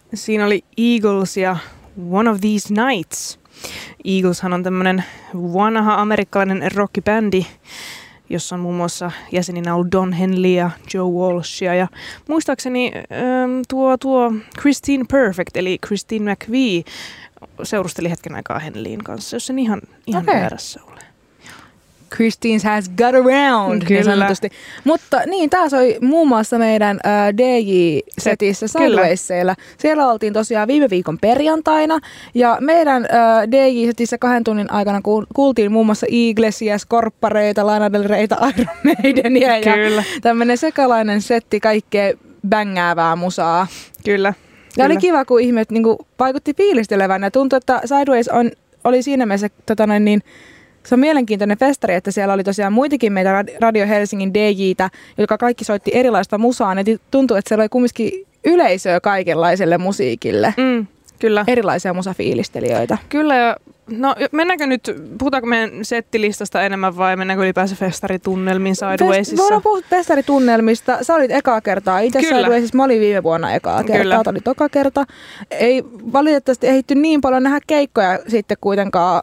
siinä oli Eagles ja One of These Nights. Eagleshan on tämmöinen vanha amerikkalainen rockibändi, jossa on muun muassa jäseninä ollut Don Henley ja Joe Walshia. Ja muistaakseni tuo Christine Perfect, eli Christine McVie, seurusteli hetken aikaa Henleyin kanssa, jos sen ihan väärässä ole. Christine has got around, niin sanotusti. Mutta niin, taas oli muun muassa meidän DJ-setissä Sidewaysseillä. Siellä oltiin tosiaan viime viikon perjantaina. Ja meidän DJ-setissä 2 tunnin aikana kuultiin muun muassa Eaglesia, Skorppareita, Lana Del Reyta, Iron Maidenia. Ja tämmöinen sekalainen setti, kaikkea bängäävää musaa. Kyllä. Ja oli kiva, kun ihmiset niin vaikutti fiilistelevän. Ja tuntui, että Sideways oli siinä mielessä se on mielenkiintoinen festari, että siellä oli tosiaan muitakin meitä Radio Helsingin DJ:tä, jotka kaikki soitti erilaista musaa. Ja tuntui, että siellä oli kumminkin yleisöä kaikenlaiselle musiikille. Kyllä. Erilaisia musafiilistelijöitä. Kyllä. Ja no mennäänkö nyt, puhutaanko meidän settilistasta enemmän vai mennäänkö ylipäänsä festaritunnelmiin Sidewaysissa? Voidaan puhua festaritunnelmista. Sä olit ekaa kertaa. Itse Sidewaysissa mä olin viime vuonna ekaa kertaa. Tämä oli toka kerta. Ei valitettavasti ehditty niin paljon nähdä keikkoja sitten kuitenkaan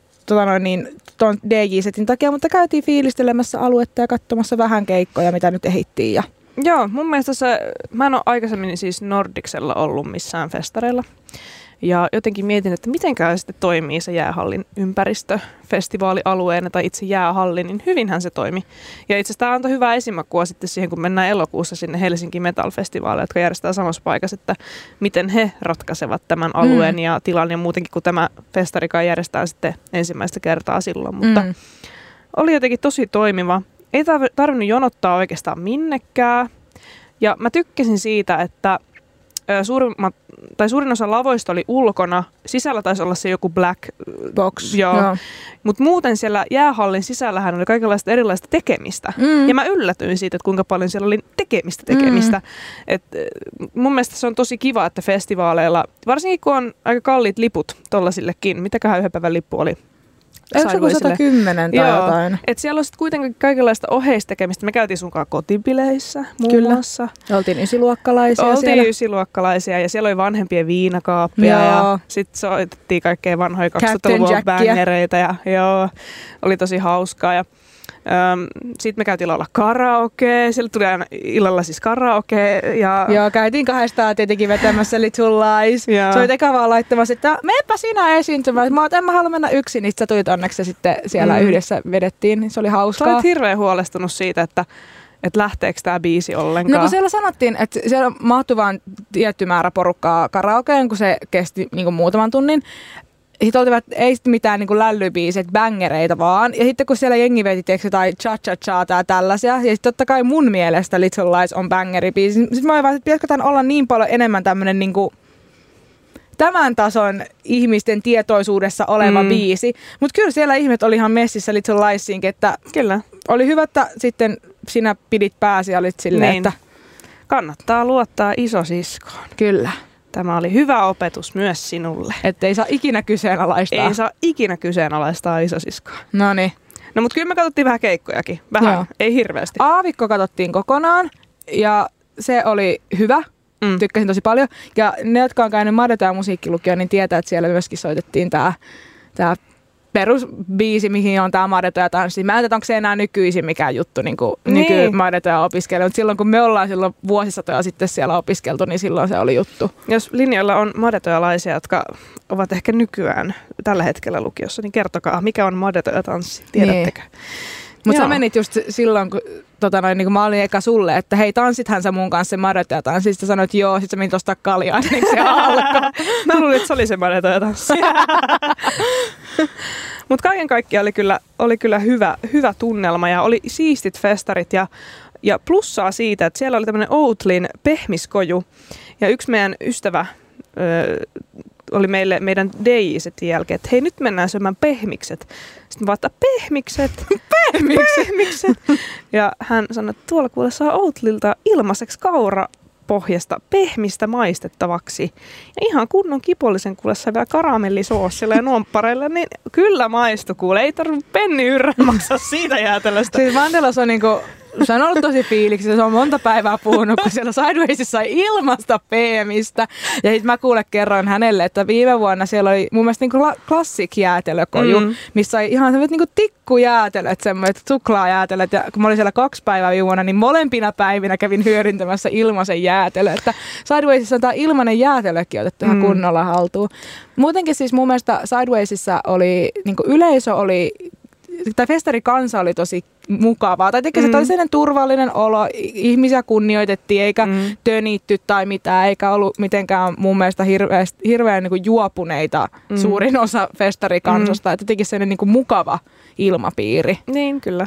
tuon DJ-setin takia, mutta käytiin fiilistelemässä aluetta ja katsomassa vähän keikkoja, mitä nyt ehdittiin. Ja joo, mun mielestä mä en ole aikaisemmin siis Nordicsella ollut missään festareilla. Ja jotenkin mietin, että mitenkään sitten toimii se jäähallin ympäristö festivaalialueena tai itse jäähalli, niin hyvinhän se toimi. Ja itse asiassa tämä antoi hyvää esimakua sitten siihen, kun mennään elokuussa sinne Helsinki Metal Festivaaliin, jotka järjestää samassa paikassa, että miten he ratkaisevat tämän alueen ja tilan ja muutenkin, kun tämä festarikaan järjestää sitten ensimmäistä kertaa silloin. Mutta oli jotenkin tosi toimiva. Ei tarvinnut jonottaa oikeastaan minnekään. Ja mä tykkäsin siitä, että suurin osa lavoista oli ulkona. Sisällä taisi olla se joku black box. Joo. Mutta muuten siellä jäähallin sisällähän oli kaikenlaista erilaista tekemistä. Ja mä yllätyin siitä, että kuinka paljon siellä oli tekemistä. Mun mielestä se on tosi kiva, että festivaaleilla, varsinkin kun on aika kalliit liput tollasillekin. Mitäköhän yhden päivän lippu oli? Eikö se joku 110 tai jotain? Että siellä on sitten kuitenkin kaikenlaista oheistekemistä. Me käytiin sunkaan kotibileissä muun muassa. Oltiin ysiluokkalaisia Oltiin ysiluokkalaisia ja siellä oli vanhempien viinakaappia ja sitten soitettiin kaikkea vanhoja 2000-luvun bängereitä ja oli tosi hauskaa. Ja sitten me käytiin laulaa karaoke. Siellä tuli aina illalla siis karaoke. Joo, käytiin 200 tietenkin vetämässä Little Lies. Se oli eka vaan laittamassa, että meepä sinä esiintymään. Mä en mä halua mennä yksin, niin sä tulit onneksi sitten siellä yhdessä vedettiin. Se oli hauskaa. Sä olit hirveän huolestunut siitä, että lähteekö tämä biisi ollenkaan. No kun siellä sanottiin, että siellä mahtui vain tietty määrä porukkaa karaokeen, kun se kesti niin kuin muutaman tunnin. Sitten olivat, ei sitten mitään niin lällybiisit, bängereitä vaan. Ja sitten kun siellä jengi veti jotain cha-cha-cha ja tällaisia. Ja sitten totta kai mun mielestä Little Lies on bängeribiisi. Sitten mä olin vaan, että pitäisikö tämän olla niin paljon enemmän tämmöinen niin kuin tämän tason ihmisten tietoisuudessa oleva biisi. Mutta kyllä siellä ihmiset oli ihan messissä Little Liesiinkin, että kyllä oli hyvä, että sitten sinä pidit pääsi ja olit silleen, että kannattaa luottaa isosiskoon. Kyllä. Tämä oli hyvä opetus myös sinulle. Että ei saa ikinä kyseenalaistaa. Ei saa ikinä kyseenalaistaa isosiskoa. Noniin. No mutta kyllä me katsottiin vähän keikkojakin. Vähän, ei hirveästi. Aavikko katsottiin kokonaan ja se oli hyvä. Tykkäsin tosi paljon. Ja ne, jotka on käynyt Madeta ja musiikkilukio, niin tietää, että siellä myöskin soitettiin tää perusbiisi, mihin on tää Madeta ja tanssi. Mä en tiedä, onko se enää nykyisin mikään juttu, niin kuin nyky-Madeta ja opiskelu. Mutta silloin, kun me ollaan silloin vuosisatoja sitten siellä opiskeltu, niin silloin se oli juttu. Jos linjoilla on madetoja-laisia, jotka ovat ehkä nykyään tällä hetkellä lukiossa, niin kertokaa, mikä on Madeta ja tanssi? Tiedättekö? Niin. Mutta sä menit just silloin, kun niin kuin mä olin eka sulle, että hei, tanssithän sä mun kanssa se Madeta ja tanssi. Sitten sanoit, joo, sitten sä menit ostaa kaljaa, niin se alkoi. Mä luulin, että se oli se Madeta ja tanssi. Mutta kaiken kaikkiaan oli kyllä hyvä tunnelma ja oli siistit festarit ja plussaa siitä, että siellä oli tämmöinen Outlin pehmiskoju ja yksi meidän ystävä oli meidän DJ-setin jälkeen, että hei, nyt mennään syömään pehmikset. Sitten mä vaan, että pehmikset. Ja hän sanoi, että tuolla kuule saa Outlilta ilmaiseksi kaurapohjasta pehmistä maistettavaksi. Ja ihan kunnon kipollisen kuule sai vielä karamellisoosilla ja nuomppareilla, niin kyllä maistu kuule. Ei tarvitse penni yrrä maksaa siitä jäätelöstä. Siis Vantelos on niinku se on ollut tosi fiiliksi. Se on monta päivää puhunut, kun siellä Sidewaysissa sai ilmasta PMistä. Ja sitten mä kerroin hänelle, että viime vuonna siellä oli mun mielestä niinku klassik-jäätelökoju, missä oli ihan sellaiset niinku tikkujäätelöt, semmoiset suklaajäätelöt. Ja kun mä olin siellä 2 päivää viime vuonna, niin molempina päivinä kävin hyödyntämässä ilmaisen jäätelö. Että Sidewaysissa on tämä ilmainen jäätelökin otettu ihan kunnolla haltuun. Muutenkin siis mun mielestä Sidewaysissa oli, niinku yleisö oli, tai festarikansa oli tosi mukavaa. Tai teki se oli sellainen turvallinen olo, ihmisiä kunnioitettiin, eikä tönitty tai mitään, eikä ollut mitenkään mun mielestä hirveän niin kuin juopuneita suurin osa festarikansasta. Että teki sellainen niin kuin mukava ilmapiiri. Niin, kyllä.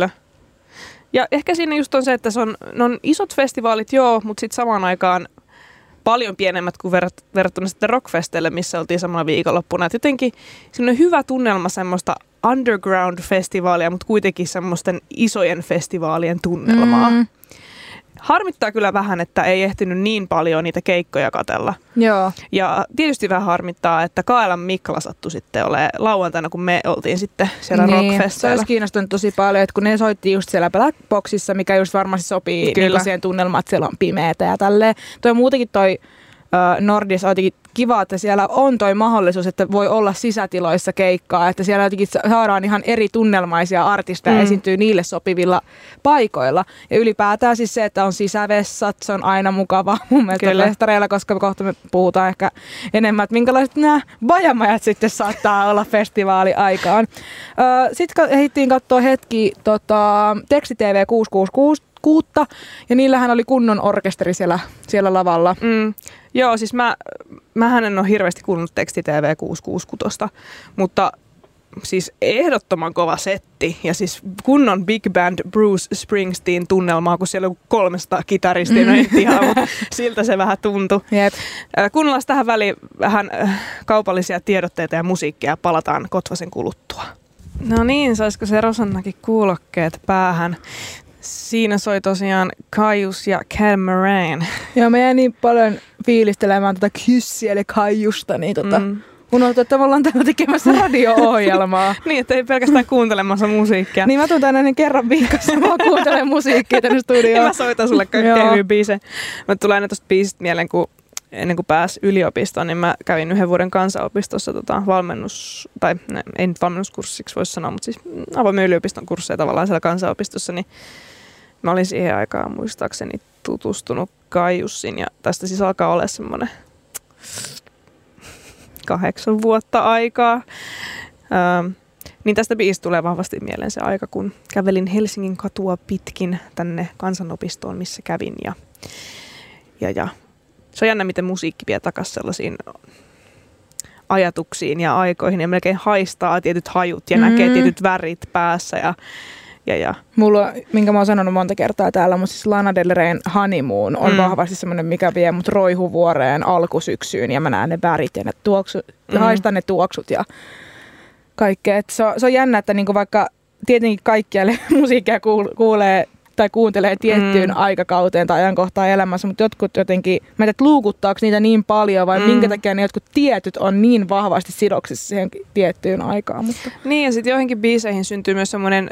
Ja ehkä siinä just on se, että ne on isot festivaalit, joo, mutta sitten samaan aikaan paljon pienemmät kuin verrattuna sitten Rockfestelle, missä oltiin samana viikonloppuna. Et jotenkin semmoinen hyvä tunnelma semmoista underground-festivaalia, mutta kuitenkin semmoisten isojen festivaalien tunnelmaa. Harmittaa kyllä vähän, että ei ehtinyt niin paljon niitä keikkoja katsella. Joo. Ja tietysti vähän harmittaa, että Kaelan Mikla sattui sitten olemaan lauantaina, kun me oltiin sitten siellä Rockfestillä. Se olisi kiinnostunut tosi paljon, että kun ne soitti just siellä Black Boxissa, mikä just varmasti sopii niin siihen tunnelmaan, että siellä on pimeätä ja tälleen. Toi muutenkin toi Nordis on jotenkin kiva, että siellä on toi mahdollisuus, että voi olla sisätiloissa keikkaa, että siellä jotenkin saadaan ihan eri tunnelmaisia artisteja esiintyy niille sopivilla paikoilla. Ja ylipäätään siis se, että on sisävessat, se on aina mukava mun mielestä festareilla, koska kohta me puhutaan ehkä enemmän, että minkälaiset nämä bajamajat sitten saattaa olla festivaaliaikaan. Sitten ehdittiin katsoa hetki Teksti TV 666, ja niillähän oli kunnon orkesteri siellä lavalla. Joo, siis mähän en ole hirveästi kuunnut Teksti TV 666, mutta siis ehdottoman kova setti ja siis kunnon big band Bruce Springsteen tunnelmaa, kun siellä on 300 kitaristia, no en tiedä, mutta siltä se vähän tuntui. Yep. Kuunnellaan tähän väliin vähän kaupallisia tiedotteita ja musiikkia, palataan Kotvasen kuluttua. No niin, saisiko se Rosannakin kuulokkeet päähän? Siinä soi tosiaan Kaius ja Cameron. Joo, mä jäin niin paljon fiilistelemään tätä Kyssiä eli Kaiusta, niin unohtuu, että me ollaan täällä tekemässä radio-ohjelmaa. Niin, että ei pelkästään kuuntelemassa musiikkia. Niin, mä tuun tänne kerran viikossa vaan kuuntelemaan musiikkia tänne studioon. Ja mä soitan sulle kaikkea hyviä biisejä. Mä tulee aina tosta biisistä mieleen, kun ennen kuin pääsi yliopistoon, niin mä kävin 1 vuoden kansanopistossa ei nyt valmennuskurssiksi voisi sanoa, mutta siis avoimen yliopiston kursseja tavallaan siellä kansanopistossa, niin mä olin siihen aikaan muistaakseni tutustunut Kaiussin ja tästä siis alkaa olla semmoinen 8 vuotta aikaa. Niin tästä biisistä tulee vahvasti mieleen se aika, kun kävelin Helsingin katua pitkin tänne kansanopistoon, missä kävin ja se on jännä, miten musiikki vie takaisin sellaisiin ajatuksiin ja aikoihin ja melkein haistaa tietyt hajut ja näkee tietyt värit päässä ja. Mulla, minkä mä oon sanonut monta kertaa täällä, mutta siis Lana Del Reyn Honeymoon on vahvasti semmoinen, mikä vie mut roihuvuoreen alkusyksyyn ja mä näen ne värit ja ne tuoksut, haistan ne tuoksut ja kaikkea. Et se on jännä, että niinku vaikka tietenkin kaikkialle musiikkia kuulee tai kuuntelee tiettyyn aikakauteen tai ajankohtaan elämässä, mutta jotkut jotenkin, mä en tiedä, luukuttaako niitä niin paljon vai minkä takia ne jotkut tietyt on niin vahvasti sidoksissa siihen tiettyyn aikaan. Mutta. Niin ja sitten joihinkin biiseihin syntyy myös semmoinen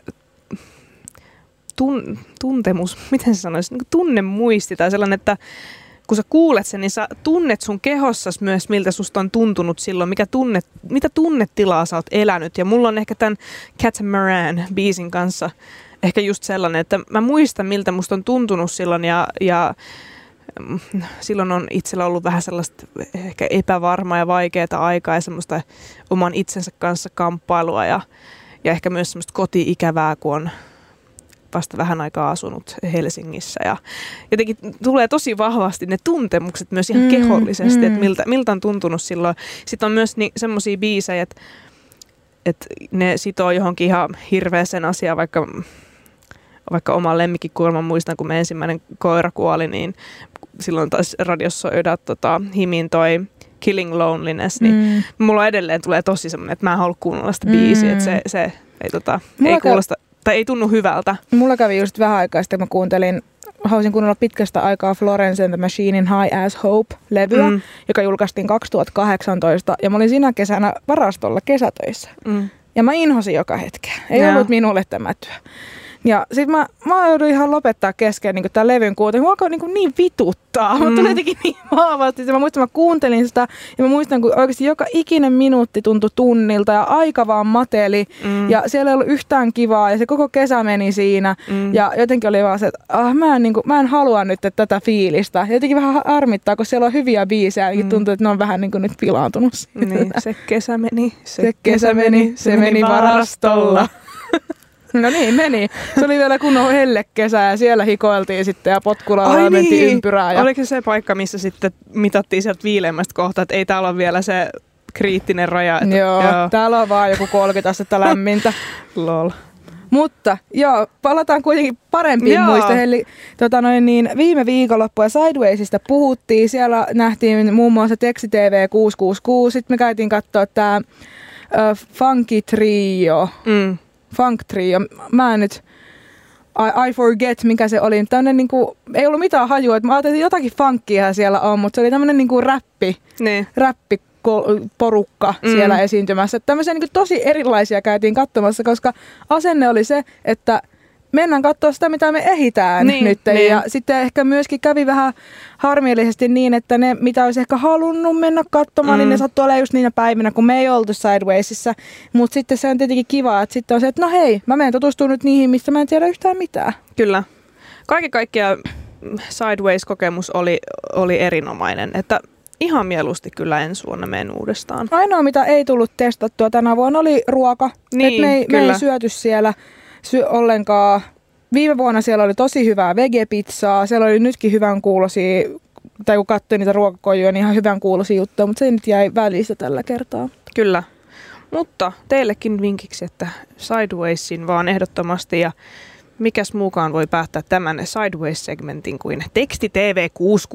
tuntemus, miten se sanoisi, niin tunnemuisti tai sellainen, että kun sä kuulet sen, niin sä tunnet sun kehossas myös, miltä susta on tuntunut silloin, mitä tunnetilaa sä oot elänyt. Ja mulla on ehkä tämän Catamaran biisin kanssa ehkä just sellainen, että mä muistan, miltä musta on tuntunut silloin ja silloin on itsellä ollut vähän sellaista ehkä epävarmaa ja vaikeaa aikaa ja semmoista oman itsensä kanssa kamppailua ja ehkä myös semmoista koti-ikävää, kun on vasta vähän aikaa asunut Helsingissä ja jotenkin tulee tosi vahvasti ne tuntemukset myös ihan kehollisesti, että miltä on tuntunut silloin. Sitten on myös semmoisia biisejä, että ne sitoo johonkin ihan hirveäseen asiaan, vaikka oman lemmikkikuorman muistan, kun me ensimmäinen koira kuoli, niin silloin taisi radiossa soida Himin toi Killing Loneliness, niin mulla edelleen tulee tosi semmoinen, että mä en halua kuunnella sitä biisiä, että se ei kuulosta tai ei tunnu hyvältä. Mulla kävi just vähän aikaa sitten, kun halusin kuunnella pitkästä aikaa Florence and the Machinein High as Hope-levyä, joka julkaistiin 2018, ja mä olin siinä kesänä varastolla kesätöissä. Ja mä inhosin joka hetkeä. Ei ollut minulle tämä työ. Ja sit mä joudun ihan lopettaa kesken niin tämän levyn kuuntelun. Mua alkoi niin vituttaa. Mä tuli jotenkin niin vahvasti. Mä muistan, mä kuuntelin sitä ja mä muistan, kun oikeasti joka ikinen minuutti tuntui tunnilta ja aika vaan mateli. Ja siellä ei ollut yhtään kivaa ja se koko kesä meni siinä. Ja jotenkin oli vaan se, että mä en halua nyt tätä fiilistä. Ja jotenkin vähän harmittaa, kun siellä on hyviä biisejä. Ja tuntuu, että ne on vähän niin kuin nyt pilaantunut. Niin, se kesä meni. Se meni varastolla. No niin, meni. Se oli vielä kunnon hellekesä ja siellä hikoiltiin sitten ja potkulaulla mentiin ympyrää. Ja... Oliko se paikka, missä sitten mitattiin sieltä viileimmästä kohtaa, että ei täällä ole vielä se kriittinen raja? Että, joo, täällä on vaan joku 30 astetta lämmintä. Lol. Mutta joo, palataan kuitenkin parempiin muistoihin. Eli viime viikonloppua Sidewaysista puhuttiin. Siellä nähtiin muun muassa Teksti TV 666. Sitten me käytiin katsoa tämä Funky Trio. Funk Trio. Mä en nyt... I forget, mikä se oli. Tämmönen niinku... Ei ollut mitään hajua. Mä ajattelin, että jotakin funkia siellä on, mutta se oli tämmönen niinku räppiporukka siellä esiintymässä. Tämmöisiä niinku tosi erilaisia käytiin katsomassa, koska asenne oli se, että mennään katsoa sitä, mitä me ehditään nyt. Niin. Ja sitten ehkä myöskin kävi vähän harmillisesti niin, että ne, mitä olisi ehkä halunnut mennä katsomaan, niin ne sattui olemaan just niinä päivinä, kun me ei oltu Sidewaysissa. Mutta sitten se on tietenkin kiva, että sitten on se, että no hei, mä menen tutustumaan nyt niihin, mistä mä en tiedä yhtään mitään. Kyllä. Kaiken kaikkiaan Sideways-kokemus oli erinomainen, että ihan mieluusti kyllä ensi vuonna menen uudestaan. Ainoa, mitä ei tullut testattua tänä vuonna, oli ruoka. Niin, me ei syöty siellä ollenkaan. Viime vuonna siellä oli tosi hyvää vegepizzaa. Siellä oli nytkin hyvän kuulosia, tai kun katsoin niitä ruokakojuja, niin ihan hyvän kuulosia juttuja, mutta se nyt jäi välistä tällä kertaa. Kyllä. Mutta teillekin vinkiksi, että Sidewaysin vaan ehdottomasti, ja mikäs muukaan voi päättää tämän Sideways-segmentin kuin Teksti TV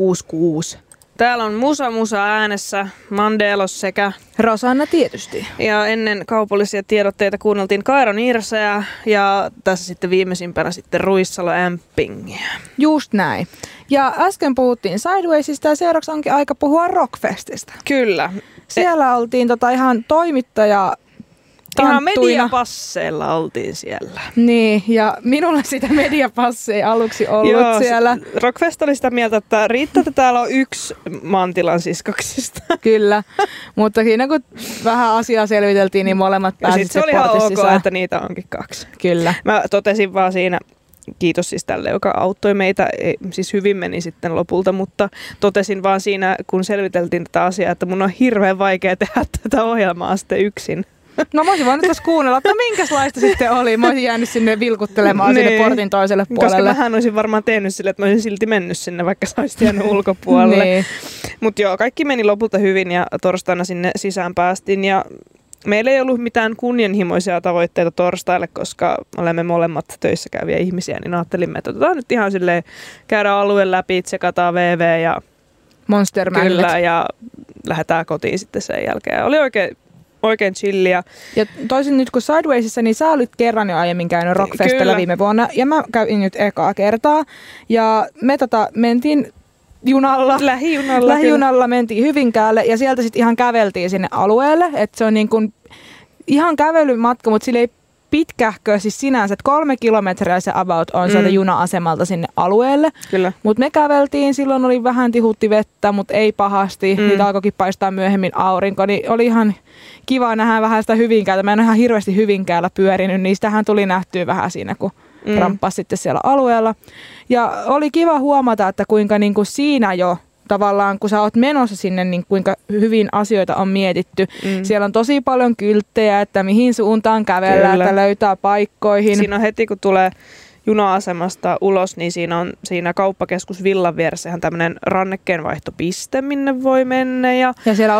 666. Täällä on Musa äänessä, Mandelos sekä Rosanna tietysti. Ja ennen kaupallisia tiedotteita kuunneltiin Kairo Niirseä ja tässä sitten viimeisimpänä sitten Ruissalo Ampingia. Just näin. Ja äsken puhuttiin Sidewaysista ja seuraavaksi onkin aika puhua Rockfestistä. Kyllä. Siellä oltiin ihan toimittaja... Ihan mediapasseilla oltiin siellä. Niin, ja minulla sitä mediapassia ei aluksi ollut siellä. Rockfest oli sitä mieltä, että riittää, että täällä on yksi Mantilan siskoksista. Kyllä, mutta siinä kun vähän asiaa selviteltiin, niin molemmat pääsivät se portin sisään. Se oli ihan ok, että niitä onkin kaksi. Kyllä. Mä totesin vaan siinä, kiitos siis tälle, joka auttoi meitä, siis hyvin meni sitten lopulta, mutta totesin vaan siinä, kun selviteltiin tätä asiaa, että mun on hirveän vaikea tehdä tätä ohjelmaa sitten yksin. No mä olisin voinut tässä kuunnella, että minkälaista sitten oli. Mä olisin jäänyt sinne vilkuttelemaan sinne portin toiselle puolelle. Koska mähän olisin varmaan tehnyt sille, että mä olisin silti mennyt sinne, vaikka sä olisit jäänyt ulkopuolelle. Niin. Mutta joo, kaikki meni lopulta hyvin ja torstaina sinne sisään päästiin. Ja meillä ei ollut mitään kunnianhimoisia tavoitteita torstaille, koska olemme molemmat töissä käyviä ihmisiä, niin ajattelimme, että otetaan nyt ihan silleen, käydään alueen läpi, tsekataan VV ja Monster kyllä, ja lähdetään kotiin sitten sen jälkeen. Ja oli oikein chillia. Ja toisin nyt kuin Sidewaysissa, niin sä olit kerran jo aiemmin käynyt Rockfestilla viime vuonna. Ja mä kävin nyt ekaa kertaa. Ja me mentiin junalla. Lähijunalla mentiin Hyvinkäälle ja sieltä sitten ihan käveltiin sinne alueelle. Että se on niin kuin ihan kävelymatka, mutta sillä ei pitkähkö, siis sinänsä, että 3 kilometriä se about on sieltä juna-asemalta sinne alueelle. Mutta me käveltiin, silloin oli vähän tihutti vettä, mutta ei pahasti. Niitä alkoikin paistaa myöhemmin aurinko, niin oli ihan kiva nähdä vähän sitä Hyvinkäältä. Mä en ole ihan hirveästi Hyvinkäällä pyörinyt, niin sitähän tuli nähtyä vähän siinä, kun ramppasi sitten siellä alueella. Ja oli kiva huomata, että kuinka niin kuin siinä jo tavallaan, kun sä oot menossa sinne, niin kuinka hyvin asioita on mietitty. Siellä on tosi paljon kylttejä, että mihin suuntaan kävellä, että löytää paikkoihin. Siinä on heti, kun tulee juna-asemasta ulos, niin siinä kauppakeskus Villan vieressä ihan tämmöinen rannekkeenvaihtopiste, minne voi mennä. Ja siellä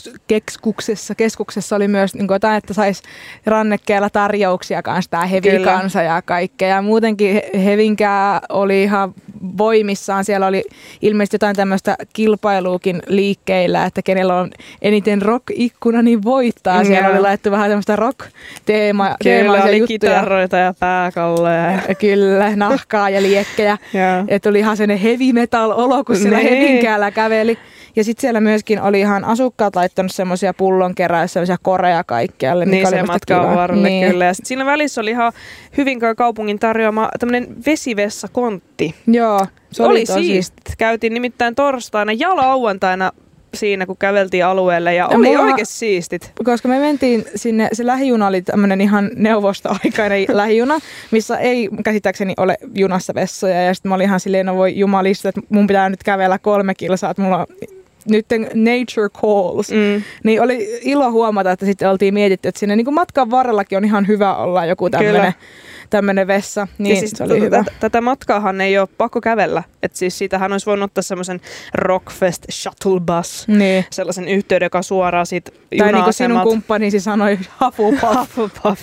ostoskeskuksessa oli myös niin jotain, että saisi rannekkeella tarjouksia kanssa, tämä hevikansa ja kaikkea. Ja muutenkin Hevinkää oli ihan voimissaan. Siellä oli ilmeisesti jotain tämmöistä kilpailuukin liikkeillä, että kenellä on eniten rock-ikkuna, niin voittaa. Siellä oli laittu vähän tämmöistä rock-teemaisia juttuja. Oli kitarroita ja pääkalleja. Kyllä, nahkaa ja liekkejä. Että oli ihan sellainen heavy metal-olo, kun siellä Hevinkäällä käveli. Ja sitten siellä myöskin oli ihan asukkaat laittanut semmoisia pullonkeräyksiä, semmoisia koreja kaikkialle. Niin se matkan varrelle niin. kyllä. Ja sitten siinä välissä oli ihan Hyvinkään kaupungin tarjoama tämmöinen vesivessakontti. Joo, se oli tosi siistit. Käytiin nimittäin torstaina ja lauantaina siinä, kun käveltiin alueelle ja oli oikein siistit. Koska me mentiin sinne, se lähijuna oli tämmöinen ihan neuvostoaikainen lähijuna, missä ei käsittääkseni ole junassa vessoja. Ja sitten mä olin ihan silleen, no voi jumalista, että mun pitää nyt kävellä 3 kilsaa, että mulla on nyt nature calls. Niin oli ilo huomata, että sitten oltiin mietitty, että sinne niin matkan varrellakin on ihan hyvä olla joku tämmöinen vessa. Niin siis se oli hyvä. Tätä matkaahan ei ole pakko kävellä. Et siis siitähän olisi voinut ottaa semmoisen Rockfest shuttle bus. Niin. Sellaisen yhteyden, joka suoraan siitä juna-asemalta. Tai niin kuin sinun kumppanisi sanoi, Hufflepuff.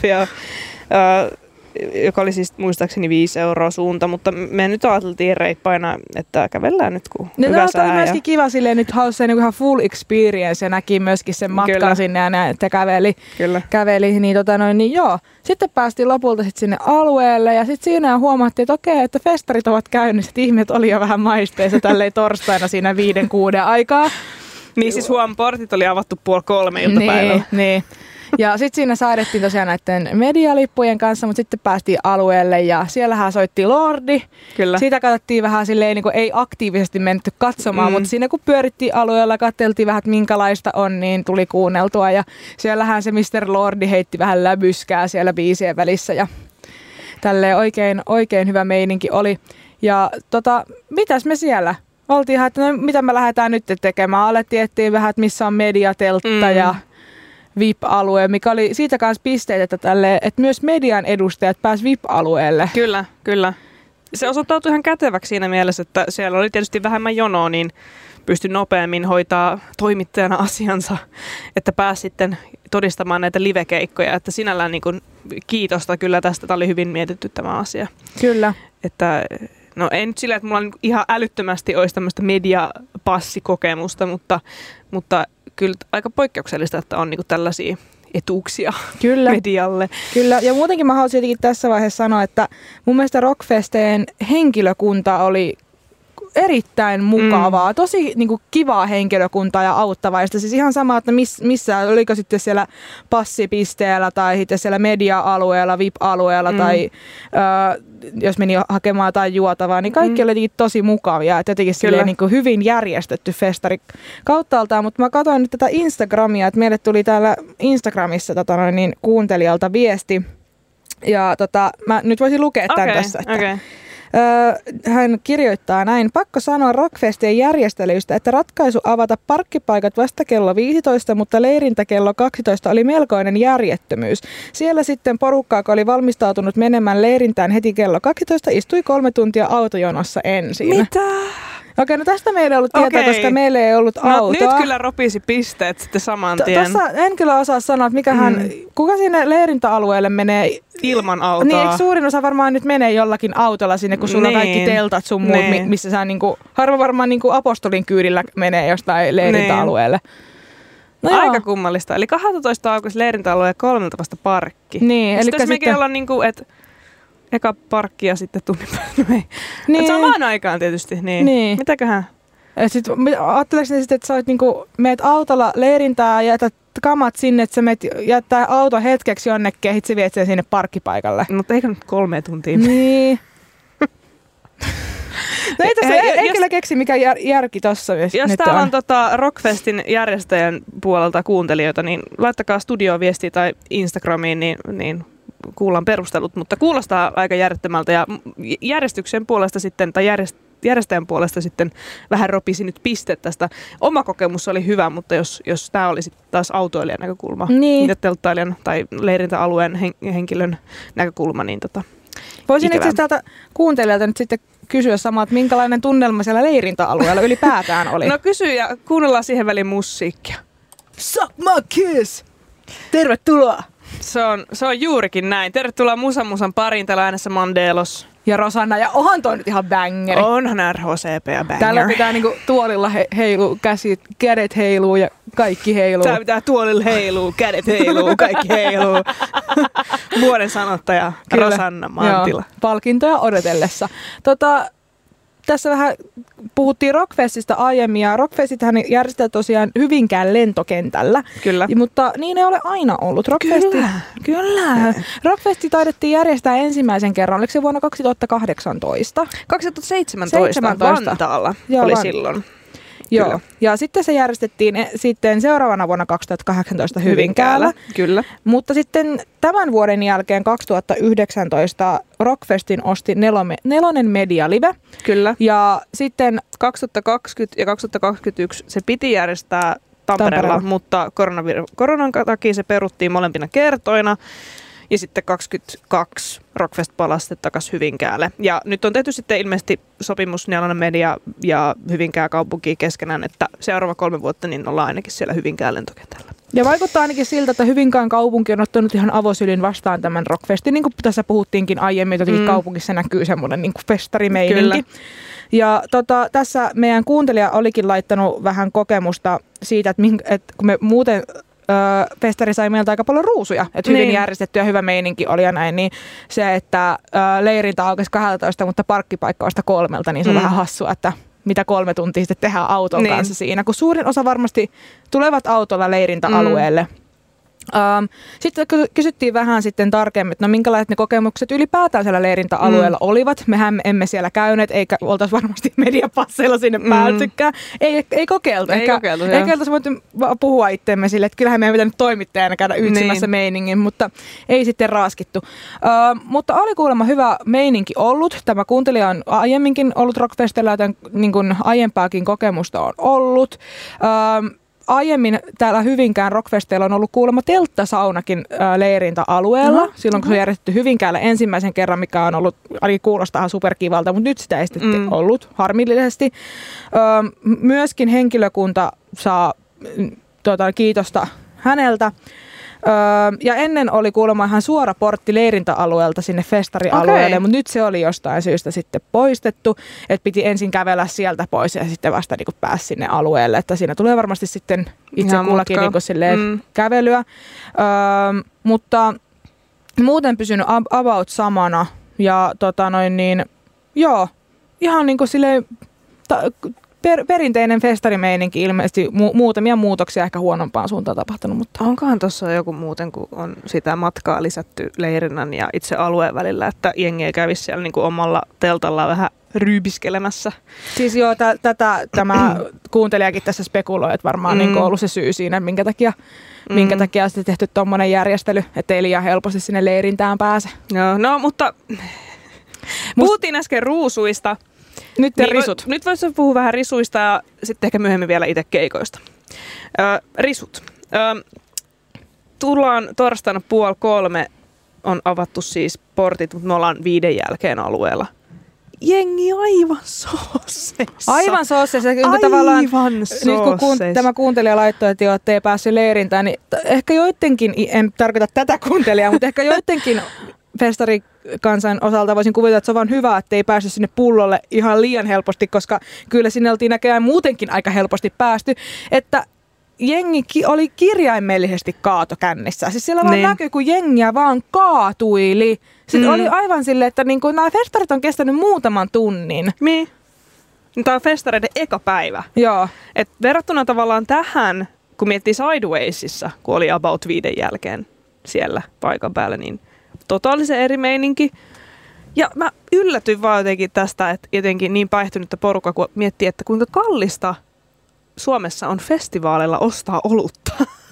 Joka oli siis muistaakseni 5 € suunta, mutta me nyt ajateltiin reippaina, että kävellään nyt kun hyvä sää. Oli myöskin kiva silleen, nyt halusi niin ihan full experience ja näki myöskin sen matkan sinne ja näin, että käveli niin joo. Sitten päästiin lopulta sinne alueelle ja sitten siinä huomattiin, että okei, että festarit ovat käynnissä, että ihmiset oli jo vähän maisteissa tälleen torstaina siinä 5-6 aikaa. Niin siis portit oli avattu 2:30 iltapäivällä. Niin. Ja sitten siinä säädettiin tosiaan näiden medialippujen kanssa, mutta sitten päästiin alueelle ja siellähän soitti Lordi. Kyllä. Siitä katsottiin vähän silleen, niin kuin ei aktiivisesti menty katsomaan, mutta siinä kun pyörittiin alueella, katseltiin vähän, että minkälaista on, niin tuli kuunneltua. Ja siellähän se Mr. Lordi heitti vähän läbyskää siellä biisien välissä ja tälleen oikein hyvä meininki oli. Ja mitäs me siellä? Oltiin että no, mitä me lähdetään nyt tekemään? Alettiin etsiä vähän, että missä on mediateltta ja VIP-alue, mikä oli siitä kanssa pisteet, että myös median edustajat pääsivät VIP-alueelle. Kyllä. Se osoittautui ihan käteväksi siinä mielessä, että siellä oli tietysti vähemmän jonoa, niin pystyi nopeammin hoitaa toimittajana asiansa, että pääsi sitten todistamaan näitä livekeikkoja. Että sinällään niin kuin kiitosta kyllä tästä. Tämä oli hyvin mietitty tämä asia. Kyllä. Että no ei nyt sillä, että mulla ihan älyttömästi olisi tämmöistä mediapassikokemusta, mutta kyllä aika poikkeuksellista, että on niinku tällaisia etuuksia medialle. Kyllä, ja muutenkin mä haluaisin jotenkin tässä vaiheessa sanoa, että mun mielestä Rockfesteen henkilökunta oli erittäin mukavaa, tosi niinku kivaa henkilökuntaa ja auttavaista. Siis ihan sama, että missä, oliko sitten siellä passipisteellä tai sitten siellä media-alueella, VIP-alueella tai jos meni hakemaan jotain juotavaa, niin kaikki oli tosi mukavia. Et jotenkin silleen niinku hyvin järjestetty festari kauttaaltaan, mutta mä katsoin nyt tätä Instagramia, että meille tuli täällä Instagramissa kuuntelijalta viesti. Ja mä nyt voisin lukea tämän tässä. Että hän kirjoittaa näin. Pakko sanoa Rockfestien järjestelyistä, että ratkaisu avata parkkipaikat vasta kello 15, mutta leirintä kello 12 oli melkoinen järjettömyys. Siellä sitten porukkaa, joka oli valmistautunut menemään leirintään heti kello 12, istui 3 tuntia autojonossa ensin. Mitä? Okei, no tästä meillä ei ollut tietoa, koska meillä ei ollut autoa. Nyt kyllä ropisi pisteet sitten saman tien. Tässä en kyllä osaa sanoa, että kuka sinne leirintäalueelle menee ilman autoa. Niin, eikö suurin osa varmaan nyt menee jollakin autolla sinne, kun sulla on kaikki teltat sun muut, missä sä harva varmaan apostolin kyydillä menee jostain leirintäalueelle. No aika kummallista. Eli 12 aukoisi leirintäalue ja 3 vasta parkki. Niin, eli mekin sitten olla että eka parkki ja sitten tunnin päälle. Niin. Samaan aikaan tietysti. Niin. Mitäköhän? Sitten ajatteleeko ne sitten, että sä meet autolla leirintää ja jätät kamat sinne, että sä meet jättää auto hetkeksi jonnekin ja sit sä viet sen sinne parkkipaikalle. Mutta eikö nyt 3 tuntia? Niin. No ei kyllä keksi mikä järki tossa. Jos täällä on Rockfestin järjestäjän puolelta kuuntelijoita, niin laittakaa studioon viestiä tai Instagramiin, niin kuullaan perustelut, mutta kuulostaa aika järjettömältä ja järjestyksen puolesta sitten, tai järjestäjän puolesta sitten vähän ropisi nyt piste tästä. Oma kokemus oli hyvä, mutta jos tämä olisi taas autoilijan näkökulma, telttailijan tai leirintäalueen henkilön näkökulma, niin voisin itse asiassa täältä kuuntelijalta nyt sitten kysyä samaa, että minkälainen tunnelma siellä leirintäalueella ylipäätään oli. No kysy ja kuunnellaan siihen väliin musiikkia. Suck my kiss! Tervetuloa! Se on juurikin näin. Tervetuloa Musan pariin. Täällä äänessä Mandelos. Ja Rosanna. Ja onhan toi nyt ihan bangeri. Onhan RHCP ja banger. Täällä pitää tuolilla heiluu, kädet heiluu ja kaikki heiluu. Täällä pitää tuolilla heiluu, kädet heiluu, kaikki heiluu. Vuoden sanottaja Rosanna Mantila. Joo, palkintoja odotellessa. tässä vähän puhuttiin Rockfestista aiemmin, ja Rockfestithän järjestetään tosiaan Hyvinkään lentokentällä. Kyllä. Mutta niin ei ole aina ollut. Kyllä. Rockfesti taidettiin järjestää ensimmäisen kerran, oliko se vuonna 2018? 2017 Vantaalla oli silloin. Joo, Kyllä. ja sitten se järjestettiin sitten seuraavana vuonna 2018 Hyvinkäällä. Kyllä. Mutta sitten tämän vuoden jälkeen 2019 Rockfestin osti Nelonen Media Live. Kyllä. Ja sitten 2020 ja 2021 se piti järjestää Tampereella, mutta koronan takia se peruttiin molempina kertoina. Ja sitten 22 Rockfest palasi takaisin Hyvinkäälle. Ja nyt on tehty sitten ilmeisesti sopimus Nelonen Media ja Hyvinkää kaupunki keskenään, että seuraava 3 vuotta niin ollaan ainakin siellä Hyvinkään lentokentällä. Ja vaikuttaa ainakin siltä, että Hyvinkään kaupunki on ottanut ihan avosylin vastaan tämän Rockfestin. Niin kuin tässä puhuttiinkin aiemmin, että kaupungissa näkyy semmoinen niin kuin festarimeininki. Kyllä. Ja tässä meidän kuuntelija olikin laittanut vähän kokemusta siitä, että kun me muuten festari sai meiltä aika paljon ruusuja, että hyvin järjestetty ja hyvä meininki oli ja näin, niin se, että leirintä aukesi 12, mutta parkkipaikka vasta 3, niin se on vähän hassua, että mitä 3 tuntia sitten tehdään auton kanssa siinä, kun suurin osa varmasti tulevat autolla leirintäalueelle. Sitten kysyttiin vähän sitten tarkemmin, että no minkälaiset ne kokemukset ylipäätään siellä leirintäalueella olivat. Mehän emme siellä käyneet, eikä oltaisi varmasti mediapasseilla sinne päätykään. Ei kokeiltu. Ehkä oltaisiin voitu puhua itseemme sille, että kyllähän meidän pitänyt toimittajana käydä ytsimässä meiningin, mutta ei sitten raaskittu. Mutta oli kuulemma hyvä meininki ollut. Tämä kuuntelija on aiemminkin ollut Rockfestilla, joten niin kuin aiempaakin kokemusta on ollut. Aiemmin täällä Hyvinkään Rockfesteilla on ollut kuulemma telttasaunakin leirintäalueella. Silloin kun se on järjestetty Hyvinkäällä ensimmäisen kerran, mikä on ollut, kuulostaa superkivalta, mutta nyt sitä ei sitten ollut harmillisesti. Myöskin henkilökunta saa kiitosta häneltä. Ja ennen oli kuulemma ihan suora portti leirintäalueelta sinne festarialueelle, mutta nyt se oli jostain syystä sitten poistettu, että piti ensin kävellä sieltä pois ja sitten vasta niin pääsi sinne alueelle, että siinä tulee varmasti sitten itse kullakin niin kävelyä, mutta muuten pysynyt about samana ja joo, ihan niin kuin silleen perinteinen festarimeininki, ilmeisesti muutamia muutoksia ehkä huonompaan suuntaan tapahtunut. Mutta onkohan tuossa joku muuten, kun on sitä matkaa lisätty leirinnän ja itse alueen välillä, että jengi ei kävisi siellä niin kuin omalla teltalla vähän ryypiskelemässä? Siis joo, tämä kuuntelijakin tässä spekuloi, että varmaan niin ollut se syy siinä, minkä takia on sitten tehty tuommoinen järjestely, ettei liian helposti sinne leirintään pääse. Joo, no mutta puhuttiin äsken ruusuista. Nyt risut. Nyt voisi puhua vähän risuista ja sitten ehkä myöhemmin vielä itse keikoista. Risut. Tullaan torstaina 2:30 on avattu siis portit, mutta me ollaan 5 jälkeen alueella. Jengi aivan soosseissa. Aivan soosseissa. Nyt kun tämä kuuntelija laittoi, että joo, ei päässyt leirintään, niin ehkä joidenkin, en tarkoita tätä kuuntelijaa, mutta ehkä joidenkin festarikansan osalta voisin kuvitella, että se on vaan hyvä, että ei päässyt sinne pullolle ihan liian helposti, koska kyllä sinne oltiin näköjään muutenkin aika helposti päästy, että jengi oli kirjaimellisesti kaatokännissä. Siis siellä vaan näkyy, kun jengiä vaan kaatuili. Sitten oli aivan silleen, että niin nämä festarit on kestänyt muutaman tunnin. Niin. Tämä on festareiden eka päivä. Joo. Et verrattuna tavallaan tähän, kun miettii Sidewaysissa, kun oli about 5 jälkeen siellä paikan päällä, niin totaalisen eri meininki. Ja mä yllätyin vaan jotenkin tästä, että jotenkin niin päihtynyttä porukka, kun miettii, että kuinka kallista Suomessa on festivaaleilla ostaa olutta.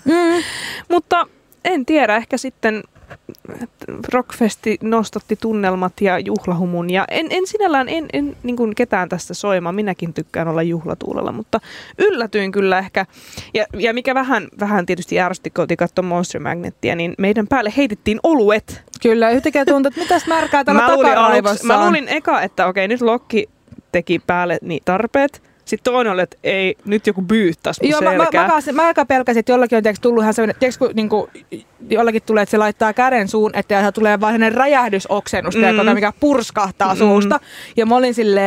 Mutta en tiedä, ehkä sitten Rockfesti nostatti tunnelmat ja juhlahumun. Ja en sinällään niin kuin ketään tästä soimaan. Minäkin tykkään olla juhlatuulella, mutta yllätyin kyllä ehkä. Ja mikä vähän tietysti ärsytti, kun oltiin katsoa Monster Magnettia, niin meidän päälle heitettiin oluet. Kyllä, yhtäkkiä tuntuu, että mitäs märkää täällä takaraivossa. Mä luulin eka, että okei, nyt Lokki teki päälle niin tarpeet. Sitten toinen oli, että ei, nyt joku byyttäisi mun selkää. Mä aika pelkäsin, että jollakin on tullut ihan sellainen, kun niinku, jollakin tulee, että se laittaa käden suun, että tulee vaan sellainen räjähdysoksennus, mikä purskahtaa suusta. Ja mä olin silleen,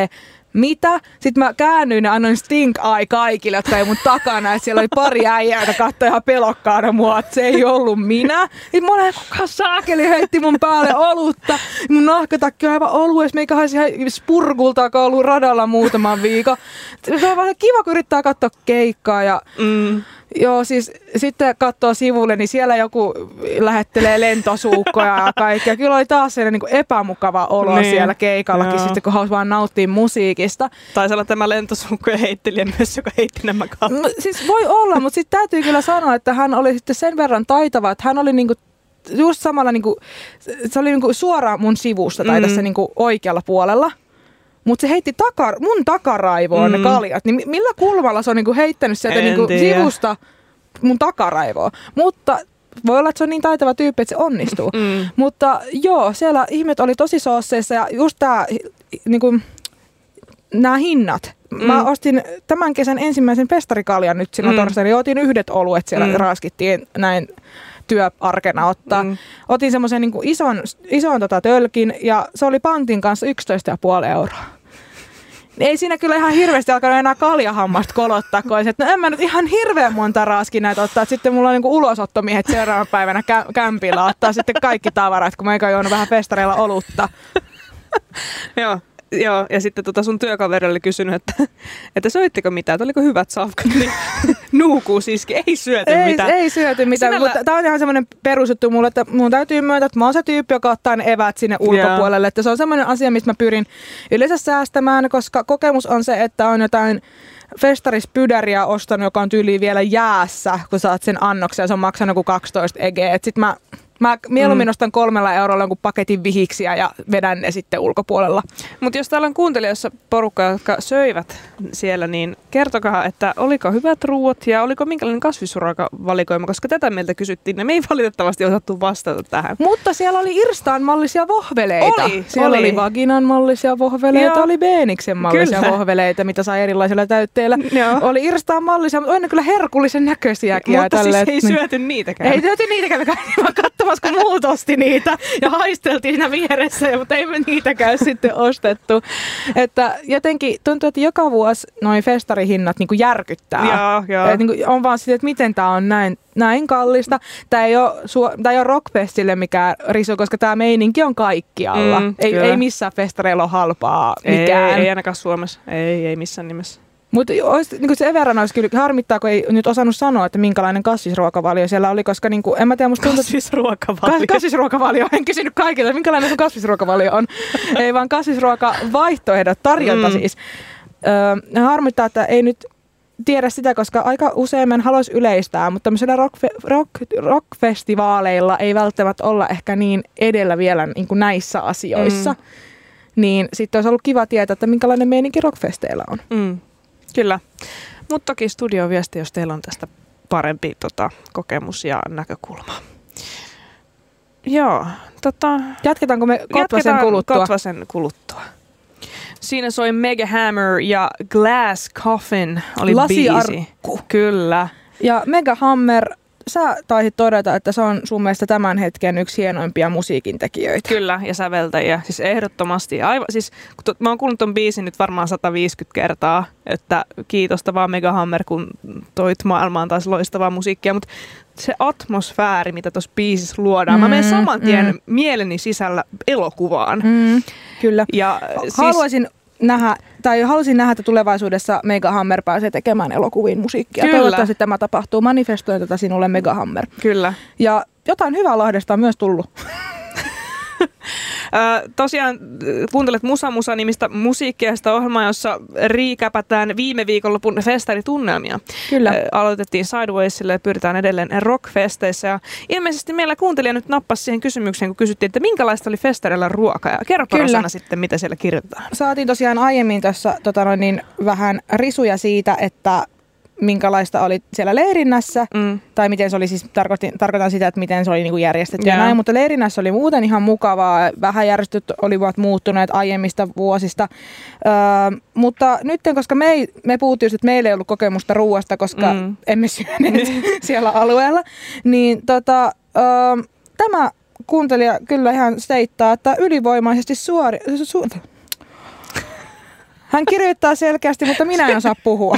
mitä? Sitten mä käännyin ja annoin stink eye kaikille, jotka ei mun takana. Että siellä oli pari äijää, jotka katsoi ihan pelokkaana mua, että se ei ollut minä. Sitten monen kuka saakeli heitti mun päälle olutta. Mun nahkatakki on aivan olues, meikä haisi ihan spurgulta, joka on ollut radalla muutaman viikon. Se on vaan kiva, kun yrittää katsoa keikkaa ja... Joo, siis sitten katsoo sivulle, niin siellä joku lähettelee lentosuukkoja ja kaikkea. Kyllä oli taas sellainen niin kuin epämukava olo siellä keikallakin, sitten kun halusi vaan nauttia musiikista. Taisi olla tämä lentosuukkojen heittelijä myös, joka heitti nämä kahvit. No, siis voi olla, mutta sitten täytyy kyllä sanoa, että hän oli sitten sen verran taitava, että hän oli niinku just samalla, niinku, se oli niinku suoraan mun sivusta tai tässä niinku oikealla puolella. Mutta se heitti mun takaraivoon ne kaljat. Niin millä kulmalla se on niinku heittänyt sieltä niinku sivusta mun takaraivoon? Mutta voi olla, että se on niin taitava tyyppi, että se onnistuu. Mutta joo, siellä ihmiset oli tosi soosseissa ja just niinku, nämä hinnat. Mä ostin tämän kesän ensimmäisen festarikaljan nyt silloin torstaina. Otin yhdet oluet siellä raaskittiin näin työarkena ottaa. Otin semmoisen niinku ison tölkin ja se oli pantin kanssa 11,5 euroa. Ei siinä kyllä ihan hirveästi alkanut enää kaljahammasta kolottaa, kun olisin, että no en mä nyt ihan hirveän monta raaskin näitä ottaa. Sitten mulla on niinku ulosottomiehet seuraavan päivänä kämpillä ottaa sitten kaikki tavarat, kun mä eikä juonut vähän festareilla olutta. Joo, ja sitten sun työkaveri oli kysynyt, että soittiko mitään, että oliko hyvät safkat, niin nuukuu siiski, ei syöty mitään. Ei syöty mitään, mutta tämä on ihan semmoinen perusjuttu mulle, että mun täytyy myöntää, että mä oon se tyyppi, joka ottaa ne evät sinne ulkopuolelle, että se on semmoinen asia, mistä mä pyrin yleensä säästämään, koska kokemus on se, että on jotain festarispydäriä ostanut, joka on tyyliin vielä jäässä, kun saat sen annoksen ja se on maksanut joku 12 egeä, että sit mä mieluummin ostan 3 eurolla jonkun paketin vihiksiä ja vedän ne sitten ulkopuolella. Mutta jos täällä on kuuntelijoissa porukka, jotka söivät siellä, niin kertokaa, että oliko hyvät ruuat ja oliko minkälainen kasvisruokavalikoima, koska tätä meiltä kysyttiin ja me ei valitettavasti osattu vastata tähän. Mutta siellä oli Irstaan mallisia vohveleita. Siellä oli Vaginan mallisia vohveleita, oli Beeniksen mallisia vohveleita, mitä sai erilaisilla täytteillä. Oli Irstaan mallisia, mutta oli kyllä herkullisen näköisiäkin. Mutta siis ei syöty niitäkään. Ei syöty niitäkään, vaan katsomassa, kun muut osti niitä ja haisteltiin siinä vieressä, mutta ei me niitäkään sitten ostettu. Että jotenkin tuntuu, että joka vuosi noin festarihinnat niin kuin järkyttää. Joo. Niin kuin on vaan sitten, että miten tämä on näin kallista. Tämä ei ole Rockfestille mikään risu, koska tämä meininki on kaikkialla. Ei missään festareilla ole halpaa mikään. Ei ainakaan Suomessa. Ei missään nimessä. Mutta niin sen verran olisi kyllä harmittaa, kun ei nyt osannut sanoa, että minkälainen kasvisruokavalio siellä oli, koska niin kuin, en mä tiedä, musta tuntuu... Kasvisruokavalio. En kysynyt kaikilta, minkälainen sun kasvisruokavalio on. Ei vaan kasvisruokavaihtoehdot, tarjonta siis. Harmittaa, että ei nyt tiedä sitä, koska aika usein en haluaisi yleistää, mutta tämmöisillä rockfestivaaleilla ei välttämättä olla ehkä niin edellä vielä niin kuin näissä asioissa. Niin sitten olisi ollut kiva tietää, että minkälainen meininki rockfesteillä on. Kyllä, mutta toki studioviesti, jos teillä on tästä parempi kokemus ja näkökulma. Joo, jatketaanko me Kotvasen kuluttua? Siinä soi Mega Hammer ja Glass Coffin oli Lasiarkku. biisi. Kyllä. Ja Mega Hammer, sä taisit todeta, että se on sun mielestä tämän hetken yksi hienoimpia musiikin tekijöitä. Kyllä, ja säveltäjiä. Siis ehdottomasti. Siis, mä oon kuullut ton biisin nyt varmaan 150 kertaa, että kiitosta vaan Mega Hammer, kun toit maailmaan taas loistavaa musiikkia, mutta se atmosfääri, mitä tuossa biisissä luodaan, mä menen saman tien mieleni sisällä elokuvaan. Kyllä. Ja halusin nähdä, että tulevaisuudessa Mega Hammer pääsee tekemään elokuviin musiikkia. Kyllä. Toivottavasti tämä tapahtuu. Manifestoin tätä sinulle, Mega Hammer. Kyllä. Ja jotain hyvää Lahdesta on myös tullut. Tosiaan kuuntelet Musa-nimistä musiikkia, sitä ohjelmaa, jossa riikäpätään viime viikonlopun festaritunnelmia. Kyllä. Aloitettiin Sidewaysille ja pyritään edelleen rockfesteissä. Ja ilmeisesti meillä kuuntelija nyt nappasi siihen kysymykseen, kun kysyttiin, että minkälaista oli festarilla ruoka. Ja kerro Rosanna sitten, mitä siellä kirjoitetaan. Saatiin tosiaan aiemmin tuossa vähän risuja siitä, että minkälaista oli siellä leirinnässä, tai miten se oli, siis tarkoitan sitä, että miten se oli niinku järjestetty ja näin, mutta leirinnässä oli muuten ihan mukavaa, vähän järjestöt olivat muuttuneet aiemmista vuosista, mutta nyt, koska me puhuttiin, että meillä ei ollut kokemusta ruuasta, koska emme syöneet siellä alueella, niin tämä kuuntelija kyllä ihan steittaa, että ylivoimaisesti Hän kirjoittaa selkeästi, mutta minä en osaa puhua.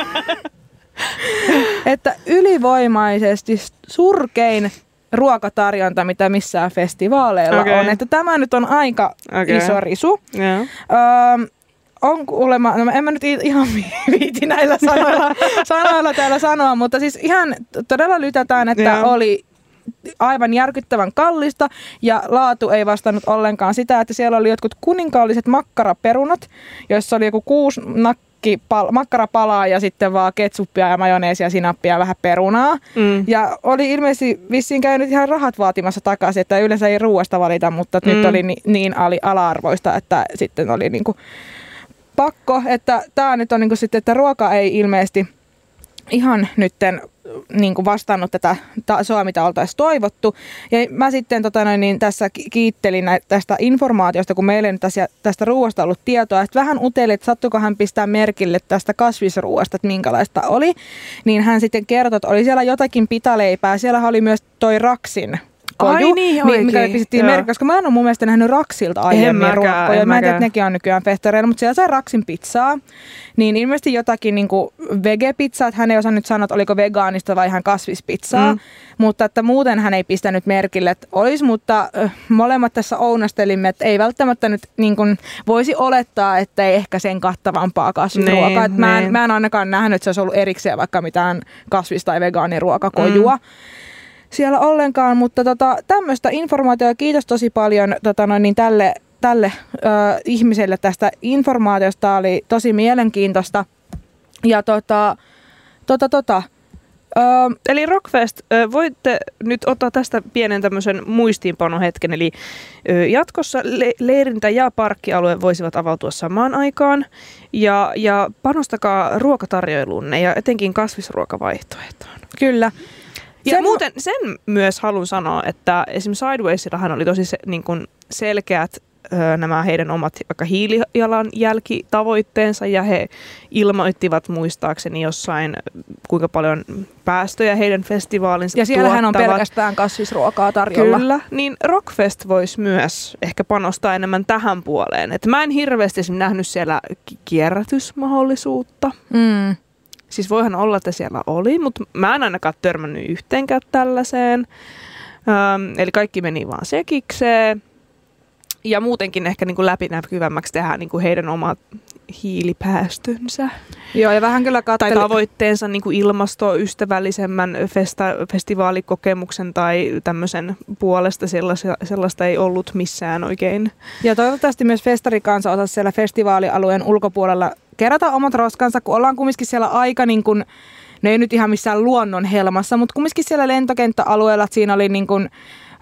Että ylivoimaisesti surkein ruokatarjonta, mitä missään festivaaleilla on. Että tämä nyt on aika iso risu. Yeah. On kuulemma, no en mä nyt ihan viiti näillä sanoilla täällä sanoa, mutta siis ihan todella lytätään, että oli aivan järkyttävän kallista ja laatu ei vastannut ollenkaan sitä, että siellä oli jotkut kuninkaalliset makkaraperunat, joissa oli joku 6 makkarapalaa ja sitten vaan ketsuppia ja majoneesia, sinappia ja vähän perunaa. Ja oli ilmeisesti vissiin käynyt ihan rahat vaatimassa takaisin, että yleensä ei ruoasta valita, mutta nyt oli niin ala-arvoista, että sitten oli niinku pakko, että tämä nyt on niinku sitten, että ruoka ei ilmeisesti ihan nytten niinku vastannut tätä tasoa, mitä oltaisiin toivottu. Ja mä sitten tässä kiittelin tästä informaatiosta, kun meillä ei nyt tästä ruoasta ollut tietoa, että vähän uteli, että sattuiko hän pistää merkille tästä kasvisruoasta, että minkälaista oli. Niin hän sitten kertoi, että oli siellä jotakin pitaleipää. Siellä oli myös toi Raksin koju, mikä pistettiin merkki, koska mä en ole mun mielestä nähnyt Raksilta aiemmin ruokkoja. Mä en tiedä, että nekin on nykyään festareilla, mutta siellä sai Raksin pizzaa. Niin ilmeisesti jotakin niinku vege-pizzaa, että hän ei osannut sanoa, että oliko vegaanista vai ihan kasvispizzaa. Mutta että muuten hän ei pistänyt merkille, että olisi, mutta molemmat tässä ounastelimme, että ei välttämättä nyt niin kuin voisi olettaa, että ei ehkä sen kattavampaa kasvisruokaa. Mä en ainakaan nähnyt, että se olisi ollut erikseen vaikka mitään kasvis- tai vegaaniruokakojua siellä ollenkaan, mutta tämmöistä informaatiota, kiitos tosi paljon tälle ihmiselle tästä informaatiosta, oli tosi mielenkiintoista. Ja eli Rockfest, voitte nyt ottaa tästä pienen tämmöisen muistiinpanohetken, eli jatkossa leirintä- ja parkkialue voisivat avautua samaan aikaan, ja panostakaa ruokatarjoiluunne ja etenkin kasvisruokavaihtoehtoon. Kyllä. Ja muuten sen myös haluan sanoa, että esimerkiksi Sideways'illahan oli tosi niin kuin selkeät nämä heidän omat vaikka hiilijalanjälkitavoitteensa, ja he ilmoittivat muistaakseni jossain, kuinka paljon päästöjä heidän festivaalinsa ja siellähän on pelkästään kasvisruokaa tarjolla. Kyllä, niin Rockfest voisi myös ehkä panostaa enemmän tähän puoleen. Et mä en hirveästi nähnyt siellä kierrätysmahdollisuutta. Siis voihan olla, että siellä oli, mutta mä en ainakaan törmännyt yhteenkään tällaiseen. Eli kaikki meni vaan sekikseen. Ja muutenkin ehkä niin kuin läpinäkyvämmäksi tehdään niin kuin heidän omat hiilipäästönsä. Joo, ja vähän kyllä tai tavoitteensa niin kuin ilmastoystävällisemmän festivaalikokemuksen tai tämmöisen puolesta sellaista ei ollut missään oikein. Ja toivottavasti myös festarikansa osasi siellä festivaalialueen ulkopuolella kerätä omat roskansa, kun ollaan kumminkin siellä aika niin kuin, ne ei nyt ihan missään luonnon helmassa, mutta kumminkin siellä lentokenttäalueella, että siinä oli niin kuin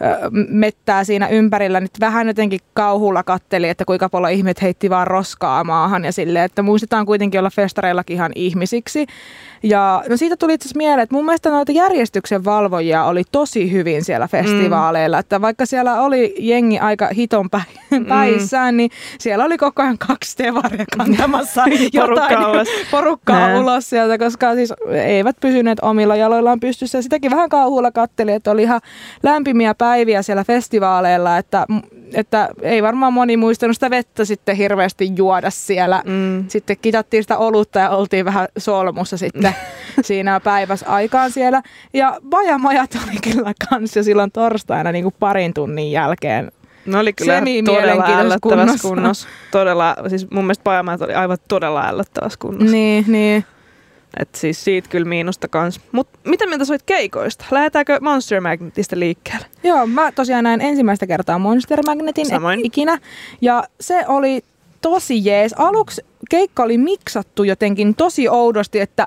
mettää siinä ympärillä. Nyt vähän jotenkin kauhulla katteli, että kuinka paljon ihmiset heitti vaan roskaa maahan ja silleen, että muistetaan kuitenkin olla festareillakin ihan ihmisiksi. Ja no siitä tuli itse asiassa mieleen, että mun mielestä noita järjestyksen valvojia oli tosi hyvin siellä festivaaleilla, että vaikka siellä oli jengi aika hiton päissään, niin siellä oli koko ajan 2 tevaria kantamassa jotain porukkaa ulos sieltä, koska siis eivät pysyneet omilla jaloillaan pystyssä. Ja sitäkin vähän kauhulla katteli, että oli ihan lämpimiä päiviä siellä festivaaleilla, että ei varmaan moni muistanut sitä vettä sitten hirveästi juoda siellä. Sitten kitattiin sitä olutta ja oltiin vähän solmussa sitten siinä päivässä aikaan siellä. Ja bajamajat oli kyllä kans jo silloin torstaina niin kuin parin tunnin jälkeen. Ne oli kyllä todella ällöttävässä kunnossa. Todella, siis mun mielestä bajamajat oli aivan todella ällöttävässä kunnossa. Niin. Et siis siitä kyllä miinusta kans. Mut mitä mieltä soit keikoista? Lähdetäänkö Monster Magnetista liikkeelle? Joo, mä tosiaan näin ensimmäistä kertaa Monster Magnetin ikinä. Ja se oli tosi jees. Aluksi keikka oli miksattu jotenkin tosi oudosti, että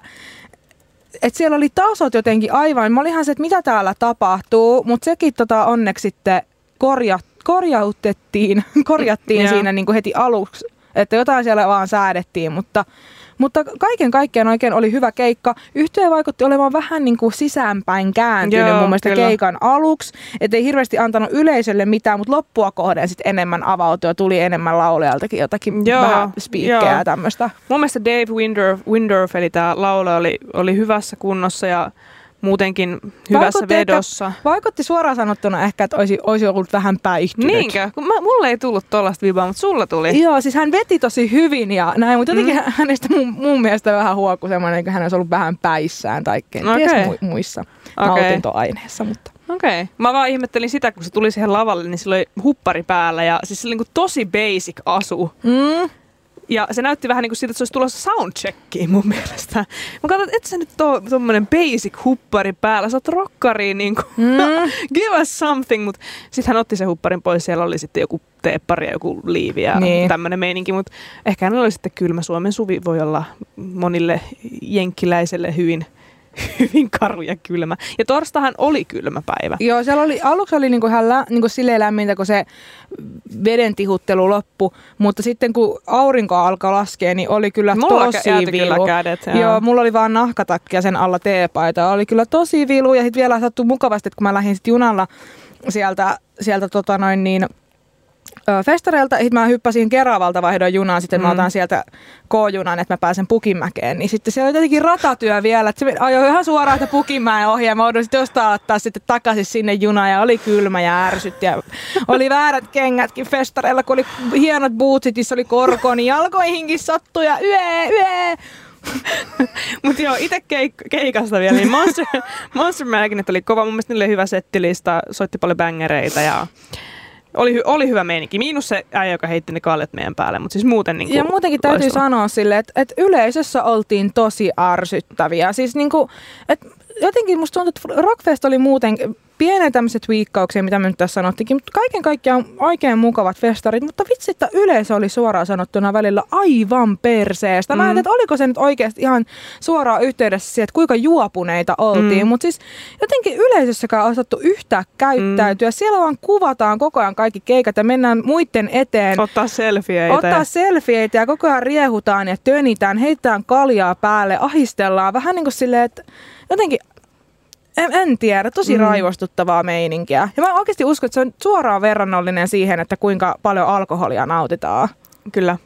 siellä oli tasot jotenkin aivan. Mä olihan se, että mitä täällä tapahtuu, mutta sekin onneksi sitten korjattiin siinä niin kuin heti aluksi. Että jotain siellä vaan säädettiin, mutta kaiken kaikkiaan oikein oli hyvä keikka. Yhtye vaikutti olevan vähän niin kuin sisäänpäin kääntynyt mun mielestä kyllä keikan aluksi. Että ei hirveästi antanut yleisölle mitään, mutta loppua kohden sitten enemmän avautui ja tuli enemmän laulejaltakin jotakin vähän spiikkejä ja tämmöistä. Mun mielestä Dave Windorf eli tämä laulaja oli hyvässä kunnossa ja muutenkin hyvässä vedossa. Vaikutti suoraan sanottuna ehkä, että olisi ollut vähän päihtynyt. Niinkö? Mulle ei tullut tollaista vibaa, mutta sulla tuli. Joo, siis hän veti tosi hyvin ja näin, mutta jotenkin hänestä mun mielestä vähän huokui semmoinen, että hän olisi ollut vähän päissään tai kenties muissa nautintoaineissa. Mutta. Okei. Mä vaan ihmettelin sitä, kun se tuli siihen lavalle, niin sillä oli huppari päällä ja siis se oli niin tosi basic asu. Ja se näytti vähän niin kuin siitä, että se olisi tulossa soundcheckiin mun mielestä. Mä katsoin, että et sä nyt tommonen basic huppari päällä, sä oot rokkariin niin kuin, give us something. Mutta sitten hän otti sen hupparin pois, siellä oli sitten joku teeppari ja joku liivi ja tämmönen meininki. Mutta ehkä hänellä oli sitten kylmä. Suomen suvi voi olla monille jenkkiläiselle hyvin karu ja kylmä. Ja torstahan oli kylmä päivä. Joo, siellä oli, aluksi oli niinku ihan niinku silleen lämmintä, kun se veden tihuttelu loppui, mutta sitten kun aurinko alkoi laskea, niin oli kyllä tosi vilu. Joo, mulla oli vaan nahkatakki ja sen alla teepaita. Oli kyllä tosi vilu ja sitten vielä sattui mukavasti, että kun mä lähdin sitten junalla sieltä festareilta, sitten mä hyppäsin Keravalta, vaihdoin junaan, sitten mä otan sieltä K-junan, että mä pääsen Pukinmäkeen. Niin sitten se oli jotenkin ratatyö vielä, että se ajoi ihan suoraan sitä Pukinmäen ohi ja mä odoin sitten jostain ottaa sitten takaisin sinne junaan ja oli kylmä ja ärsytti ja oli väärät kengätkin festareilla, kun oli hienot bootsit, missä oli korko, niin jalkoihinkin sattui ja yee. Mutta joo, itse keikasta vielä, niin Monster Magnet oli kova, mun mielestä niille hyvä settilista, soitti paljon bängereitä ja oli hyvä meininki. Miinus se äijä, joka heitti ne kallet meidän päälle, mutta siis muuten niin kuin. Ja muutenkin täytyy sanoa silleen, että yleisössä oltiin tosi ärsyttäviä. Siis niin kuin, että jotenkin musta tuntuu, että Rockfest oli muuten pienen tämmöiset twiikkauksia, mitä me nyt tässä sanottikin, mutta kaiken kaikkiaan oikein mukavat festarit, mutta vitsi, että yleisö oli suoraan sanottuna välillä aivan perseestä. Mä ajattelin, että oliko se nyt oikeasti ihan suoraan yhteydessä siihen, että kuinka juopuneita oltiin, mutta siis jotenkin yleisössäkään on osattu yhtään käyttäytyä. Siellä vaan kuvataan koko ajan kaikki keikat ja mennään muiden eteen. Ottaa selfieitä ja koko ajan riehutaan ja tönitään, heitetään kaljaa päälle, ahistellaan vähän niin kuin silleen, että jotenkin en tiedä, tosi raivostuttavaa meininkiä. Ja mä oikeasti uskon, että se on suoraan verrannollinen siihen, että kuinka paljon alkoholia nautitaan. Kyllä.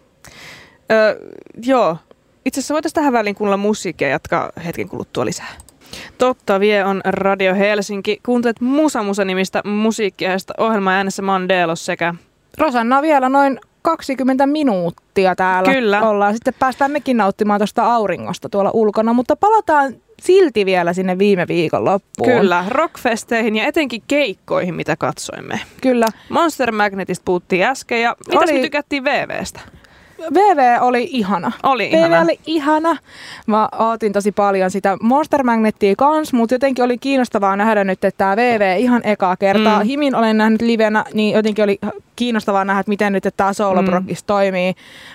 Joo. Itse asiassa voitaisiin tähän väliin kuunnella musiikkia ja jatkaa hetken kuluttua lisää. Totta vie on Radio Helsinki. Kuuntelet Musa-Musa-nimistä musiikkia ja ohjelmaa äänessä Mandelos sekä Rosanna vielä noin 20 minuuttia täällä. Kyllä. Ollaan. Sitten päästään mekin nauttimaan tuosta auringosta tuolla ulkona, mutta palataan silti vielä sinne viime viikon loppuun. Kyllä, rockfesteihin ja etenkin keikkoihin, mitä katsoimme. Kyllä. Monster Magnetista puhuttiin äsken ja mitäs me tykättiin VVstä? VV oli ihana. VV oli ihana. Mä ootin tosi paljon sitä Monster Magnetia kans, mutta jotenkin oli kiinnostavaa nähdä nyt, että tämä VV ihan ekaa kertaa. Himin olen nähnyt livenä, niin jotenkin oli kiinnostavaa nähdä, että miten nyt tämä Soul Rockissa toimii.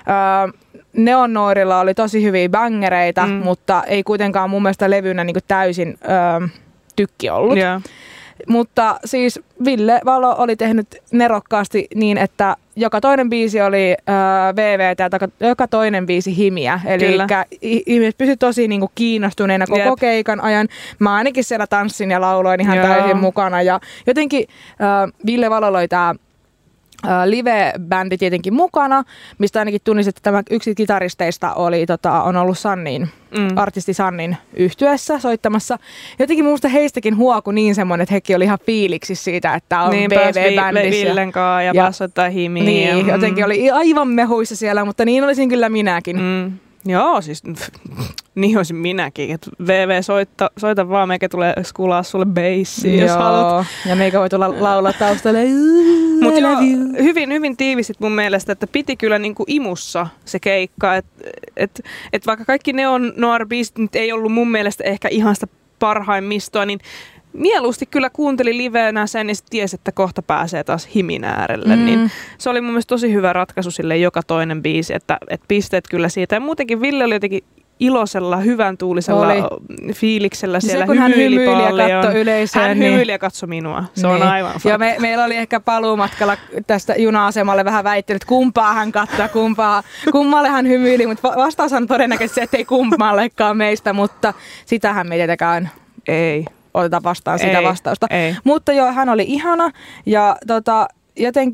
Neon Noirilla oli tosi hyviä bängereitä, mutta ei kuitenkaan mun mielestä levynä niin kuin täysin tykki ollut. Yeah. Mutta siis Ville Valo oli tehnyt nerokkaasti niin, että joka toinen biisi oli VVtä ja joka toinen biisi Himiä. Eli ihmiset pysyi tosi niinku kiinnostuneena koko keikan ajan. Mä ainakin siellä tanssin ja lauloin ihan täysin mukana. Ja jotenkin Ville Valolla oli tää live-bändi tietenkin mukana, mistä ainakin tunnisin, että tämä yksi kitaristeista on ollut artisti Sannin yhtyessä soittamassa. Jotenkin minusta heistäkin huoku niin semmoinen, että hekin oli ihan fiiliksi siitä, että on BV-bändissä. Villen kanssa ja pääsi soittaa Himiä. Niin, jotenkin oli aivan mehuissa siellä, mutta niin olisin kyllä minäkin. Joo, siis niin olisin minäkin. Et VV soita vaan, meikä tulee skulaa sulle beissiin, jos haluat. Ja meikä voi tulla laulaa taustalle. Mutta hyvin tiivistit mun mielestä, että piti kyllä niinku imussa se keikka. Et vaikka kaikki Neon Noir-biisit nyt ei ollut mun mielestä ehkä ihan sitä parhaimmistoa, niin mieluusti kyllä kuunteli livenä sen ja sitten tiesi, että kohta pääsee taas Himin äärelle. Niin se oli mun mielestä tosi hyvä ratkaisu sille joka toinen biisi, että pisteet kyllä siitä. Ja muutenkin Ville oli jotenkin iloisella, hyvän tuulisella fiiliksellä siellä, hymyili paljon. Hän hymyili ja katsoi minua. Se on aivan fakta. Ja meillä oli ehkä paluumatkalla tästä juna-asemalle vähän väittelyt, että kumpaa hän katsoi, kummalle hän hymyili, mutta vastaus on todennäköisesti, että ei kummallekaan meistä, mutta sitähän me tietenkään ei oteta vastaan sitä vastausta. Mutta joo, hän oli ihana ja jotenkin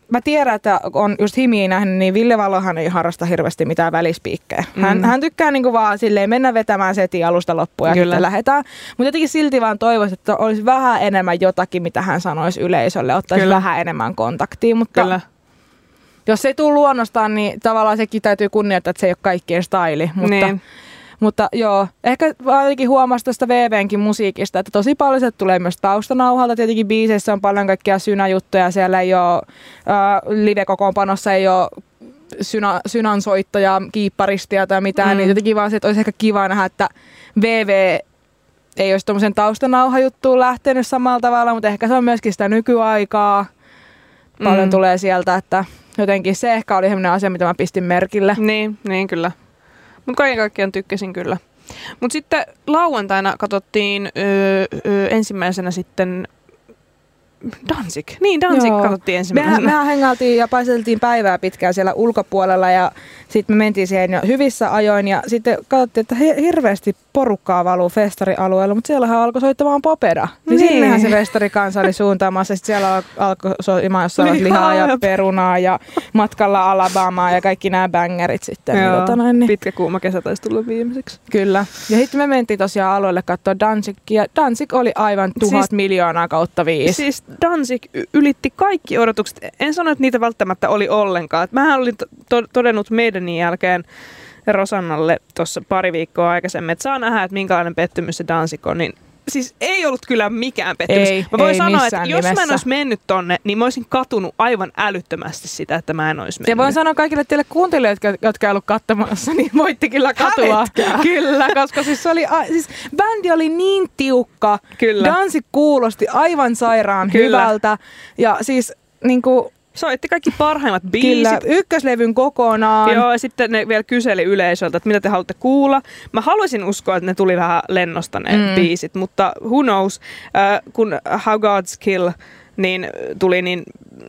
mä tiedän, että on just Himiä nähnyt, niin Ville Valohan ei harrasta hirveästi mitään välispiikkejä. Hän tykkää niinku vaan silleen mennä vetämään setin alusta loppuun ja sitten lähdetään. Mutta jotenkin silti vaan toivoisin, että olisi vähän enemmän jotakin, mitä hän sanoisi yleisölle, ottaisi vähän enemmän kontaktia. Mutta jos se ei tule luonnostaan, niin tavallaan sekin täytyy kunnioittaa, että se ei ole kaikkien style. Mutta joo, ehkä ainakin huomasi tuosta VVnkin musiikista, että tosi paljon se tulee myös taustanauhalta. Tietenkin biiseissä on paljon kaikkia synäjuttuja. Siellä ei ole, live-kokoonpanossa ei ole synänsoittoja, kiipparistia tai mitään. Niin jotenkin vaan se, että olisi ehkä kiva nähdä, että VV ei olisi tuommoisen taustanauhajuttuun lähtenyt samalla tavalla, mutta ehkä se on myöskin sitä nykyaikaa. Paljon tulee sieltä, että jotenkin se ehkä oli sellainen asia, mitä mä pistin merkille. Niin kyllä. Mutta kaiken kaikkiaan tykkäsin kyllä. Mutta sitten lauantaina katsottiin ensimmäisenä sitten Danzig. Niin, Danzig katsottiin ensimmäisenä. Mehän hengailtiin ja paiseltiin päivää pitkään siellä ulkopuolella ja sitten me mentiin siihen jo hyvissä ajoin ja sitten katsottiin, että hirveästi porukkaa valuu festarialueella, mutta siellähän alkoi soittamaan Popeda. Niin sinnehän se festarikansa oli suuntaamassa. Sitten siellä alkoi soimaan jossain lihaa ja perunaa ja matkalla Alabamaa ja kaikki nämä bangerit sitten. Pitkä kuuma kesä taisi tulla viimeiseksi. Kyllä. Ja sitten me mentiin tosiaan alueelle katsoa Danzigia. Danzig oli aivan 1000 miljoonaa kautta 5. Siis Danzig ylitti kaikki odotukset. En sano, että niitä välttämättä oli ollenkaan. Mähän olin todennut meidän jälkeen Rosannalle tuossa pari viikkoa aikaisemmin, että saa nähdä, että minkälainen pettymys se Danzig on, niin siis ei ollut kyllä mikään pettymys. Mä voin sanoa, että jos mä en olisi mennyt tonne, niin mä olisin katunut aivan älyttömästi sitä, että mä en olisi mennyt. Ja voin sanoa kaikille teille kuuntelijoille, jotka ei ollut katsomassa, niin voitte kyllä katua. Kyllä, koska siis bändi oli niin tiukka. Kyllä. Danzig kuulosti aivan sairaan hyvältä. Ja siis niinku soitti kaikki parhaimmat biisit. Kyllä, ykköslevyn kokonaan. Joo, ja sitten ne vielä kyseli yleisöltä, että mitä te haluatte kuulla. Mä haluaisin uskoa, että ne tuli vähän lennosta ne biisit, mutta who knows, kun How Gods Kill niin tuli, niin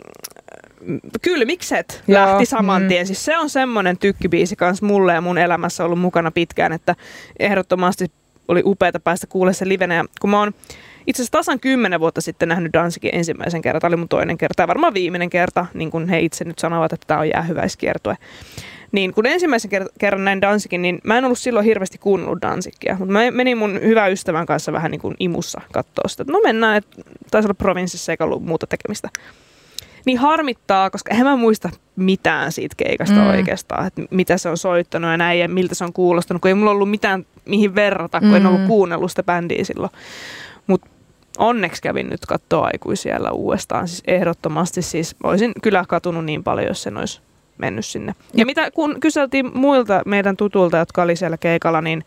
Kylmikset lähti saman tien. Siis se on semmoinen tykkibiisi kanssa mulle ja mun elämässä ollut mukana pitkään, että ehdottomasti oli upeata päästä kuulemaan se livenä. Ja kun mä oon itse asiassa tasan 10 vuotta sitten nähnyt Danzigin ensimmäisen kerran. Tämä oli mun toinen kerta ja varmaan viimeinen kerta, niin kuin he itse nyt sanovat, että tämä on jäähyväiskiertue. Niin kun ensimmäisen kerran näin Danzigin, niin mä en ollut silloin hirveästi kuunnellut Danzigia. Mutta mä menin mun hyvän ystävän kanssa vähän niin kuin imussa katsoa sitä. No mennään, että taisi olla provinssissa eikä ollut muuta tekemistä. Niin harmittaa, koska en mä muista mitään siitä keikasta oikeastaan, että mitä se on soittanut ja näin ja miltä se on kuulostanut, kun ei mulla ollut mitään mihin verrata, kun en ollut kuunnellut sitä bändiä silloin. Mutta onneksi kävin nyt katsoa aikuisiellä uudestaan. Siis ehdottomasti siis olisin kyllä katunut niin paljon, jos sen olisi mennyt sinne. Ja mitä kun kyseltiin muilta meidän tutulta, jotka oli siellä keikalla, niin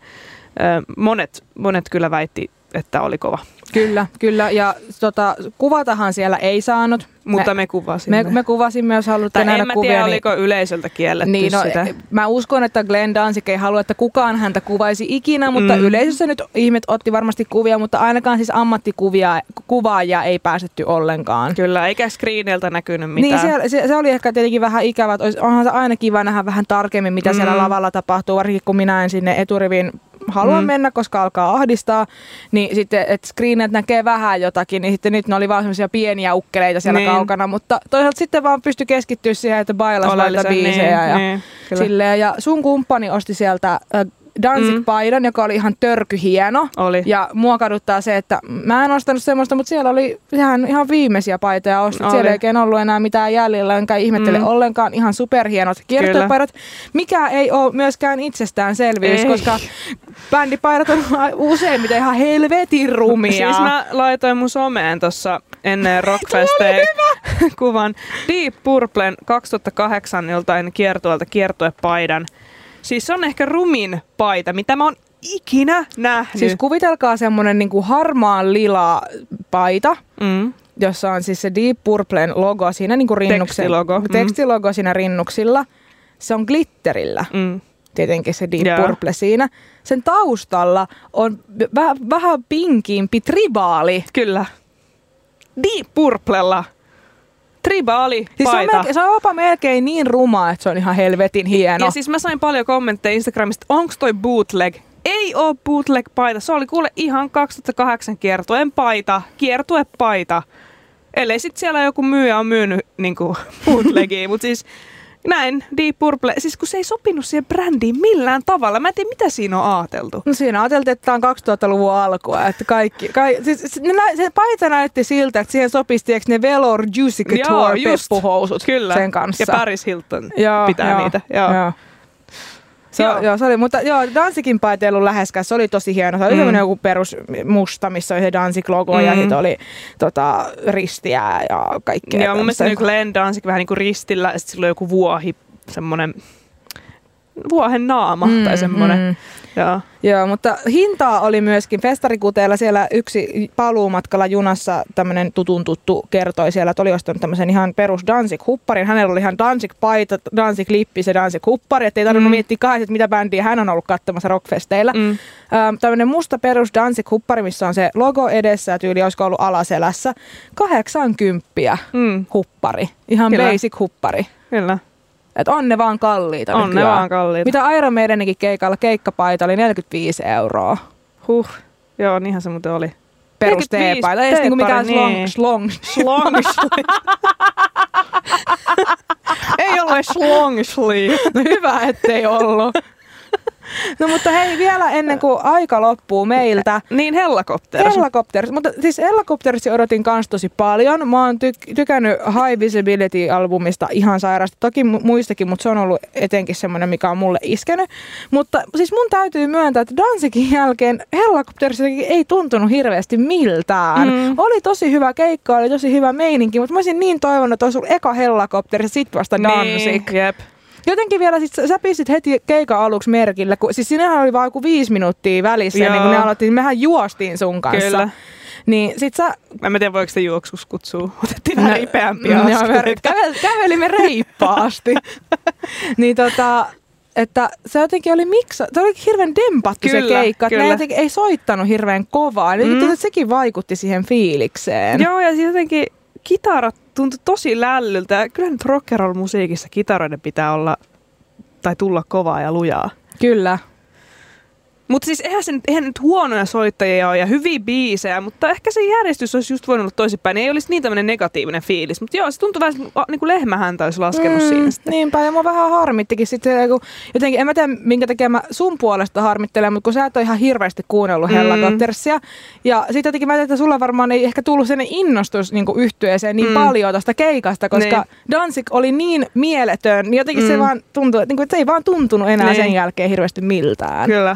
monet kyllä väitti, että oli kova. Kyllä. Ja kuvatahan siellä ei saanut. Mutta me kuvasimme. Me kuvasimme, jos haluatte nähdä kuvia. En mä tiedä, oliko yleisöltä kielletty sitä. Mä uskon, että Glenn Danzig ei halua, että kukaan häntä kuvaisi ikinä, mutta yleisössä nyt ihmiset otti varmasti kuvia, mutta ainakaan siis ammattikuvaajia ei päästetty ollenkaan. Kyllä, eikä screeniltä näkynyt mitään. Niin, se oli ehkä tietenkin vähän ikävä, että onhan se aina kiva nähdä vähän tarkemmin, mitä siellä lavalla tapahtuu, varsinkin kun minä en sinne eturivin haluan mennä, koska alkaa ahdistaa, niin sitten, että screenet näkee vähän jotakin, niin sitten nyt ne oli vaan semmoisia pieniä ukkeleita siellä kaukana, mutta toisaalta sitten vaan pystyi keskittyä siihen, että bailas noita biisejä ja silleen. Ja sun kumppani osti sieltä Danzig-paidan, joka oli ihan törkyhieno. Oli. Ja mua kaduttaa se, että mä en ostanut semmoista, mutta siellä oli ihan viimeisiä paitoja ostit. Siellä ei oikein ollut enää mitään jäljellä, enkä ihmettele ollenkaan. Ihan superhienot kiertuepaidat, mikä ei ole myöskään itsestäänselvyys, koska bändipaidat on useimmiten ihan helvetin rumia. Siis mä laitoin mun someen tuossa ennen Rockfesteen kuvan Deep Purplen 2008 joltain kiertueelta kiertuepaidan. Siis se on ehkä rumin paita, mitä mä oon ikinä nähnyt. Siis kuvitelkaa semmonen niinku harmaan lila paita, jossa on siis se Deep Purplen logo siinä niinku tekstilogo siinä rinnuksilla. Se on glitterillä. Tietenkin se Deep Purple siinä. Sen taustalla on vähän pinkimpi tribaali. Kyllä. Deep Purplella. Tribaali paita. Siis se on jopa melkein niin ruma, että se on ihan helvetin hieno. Ja siis mä sain paljon kommentteja Instagramista, onko toi bootleg? Ei oo bootleg-paita. Se oli kuule ihan 2008 kiertuepaita. Ellei sitten siellä joku myyjä on myynyt niinku bootlegia, mutta siis näin Deep Purple, siis kun se ei sopinut siihen brändiin millään tavalla. Mä en tiedä, mitä siinä on ajateltu. No siinä ajateltiin, että tämä on 2000-luvun alkua. Että siis se paita näytti siltä, että siihen sopisi ne Velour Juicy Couture peppuhousut sen kanssa. Ja Paris Hilton pitää niitä. Joo. Se oli, mutta Danzikin paita ei ollut läheskään, se oli tosi hieno. Se oli semmoinen joku perus musta, missä oli se Danzig-logo ja sitten oli ristiä ja kaikkea. Joo, mun mielestä niin Glenn Danzig vähän niin kuin ristillä ja sitten sillä oli joku vuohi, semmoinen vuohen naama tai semmoinen. Joo, mutta hintaa oli myöskin festarikuteella. Siellä yksi paluumatkalla junassa tämmöinen tuttu kertoi siellä, että oli ostanut tämmöisen ihan perus Danzig-hupparin. Hänellä oli ihan Danzig-paita, Danzig-lippis ja Danzig-huppari, ettei tarvinnut miettiä kahdesta, mitä bändiä hän on ollut katsomassa rockfesteillä. Tämmöinen musta perus Danzig-huppari, missä on se logo edessä ja tyyli olisiko ollut alaselässä. 80 huppari, ihan basic huppari. Kyllä. Että on ne vaan kalliita. On ne vaan kalliita. Mitä Iron Maideninkin keikalla keikkapaita oli 45 €. Joo, niinhän se muuten oli. Perus teepaita. Ei niinku mikään slong. Ei ole long sleeve. No hyvä, ettei ollut. No mutta hei, vielä ennen kuin aika loppuu meiltä. Niin Hellacopters. Mutta siis Hellacoptersia odotin kans tosi paljon. Mä oon tykännyt High Visibility-albumista ihan sairaasti. Toki muistakin, mutta se on ollut etenkin semmoinen, mikä on mulle iskenyt. Mutta siis mun täytyy myöntää, että Danzigin jälkeen Hellacopters ei tuntunut hirveästi miltään. Oli tosi hyvä keikka, oli tosi hyvä meininki, mutta mä olisin niin toivonut, että olisi ollut eka Hellacopters ja sit vasta Danzig. Jep. Jotenkin vielä sä pistit heti keikan aluksi merkille, kun siis sinähän oli vaan joku 5 minuuttia välissä, niin kun ne aloittiin, mehän juostiin sun kanssa. Kyllä. Niin sit sä... Mä en tiedä, voiko sitä juoksuksi kutsua. Otettiin vähän ripeämpiä askeleita. Kävelimme reippaasti. Niin että se jotenkin oli se oli hirveän dempattu se keikka, että ne jotenkin ei soittanut hirveän kovaa. Niin sekin vaikutti siihen fiilikseen. Joo, ja siis jotenkin kitarat tuntui tosi lällyltä. Ja kyllä nyt rock and roll musiikissa kitaroiden pitää olla tai tulla kovaa ja lujaa. Kyllä. Mutta siis eihän nyt huonoja soittajia ole ja hyviä biisejä, mutta ehkä se järjestys olisi just voinut olla toisinpäin. Ei olisi niin tämmöinen negatiivinen fiilis. Mutta joo, se tuntui vähän niin kuin lehmähäntä olisi laskenut siinä sitten. Niinpä, ja mua vähän harmittikin sitten. Jotenkin, en mä tiedä minkä takia mä sun puolesta harmittelen, mutta kun sä et ole ihan hirveästi kuunnellut Hellacoptersia. Ja sitten jotenkin mä tiedän, että sulla varmaan ei ehkä tullut sellainen innostus niin yhtyeeseen niin paljon tästä keikasta, koska Danzig oli niin mieletön. Niin jotenkin se vaan tuntui, että se ei vaan tuntunut enää sen jälkeen hirveästi miltään. Kyllä.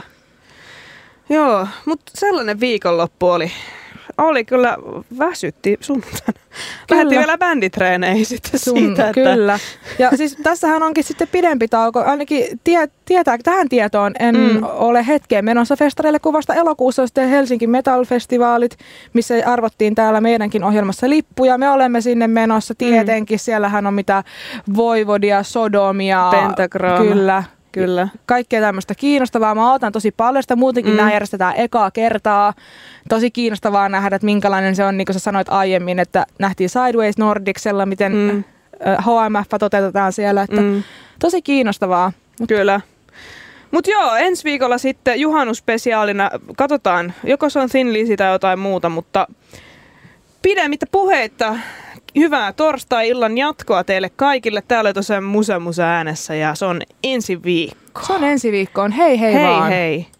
Joo, mutta sellainen viikonloppu oli kyllä väsytti sunnuntaina. Lähdettiin vielä bänditreeneihin sitten siitä, että... Kyllä. Ja siis tässähän onkin sitten pidempi tauko. Ainakin tähän tietoon en ole hetkeen menossa festareille, kun vasta elokuussa on sitten Helsinki Metal-festivaalit, missä arvottiin täällä meidänkin ohjelmassa lippuja. Me olemme sinne menossa tietenkin. Siellähän on mitä Voivodia, Sodomia. Pentagram. Kyllä. Kaikkea tämmöistä kiinnostavaa. Mä otan tosi paljon sitä. Muutenkin nämä järjestetään ekaa kertaa. Tosi kiinnostavaa nähdä, että minkälainen se on, niin kuin sä sanoit aiemmin, että nähtiin Sideways Nordicsella, miten HMF toteutetaan siellä. Että tosi kiinnostavaa. Kyllä. Mutta joo, ensi viikolla sitten juhannusspesiaalina katsotaan, joko se on Thin Lizzy tai jotain muuta, mutta pidemmittä puheitta. Hyvää torstai-illan jatkoa teille kaikille. Täällä oli tosiaan Musa äänessä ja se on ensi viikko. Se on ensi viikkoon. Hei hei vaan. Hei.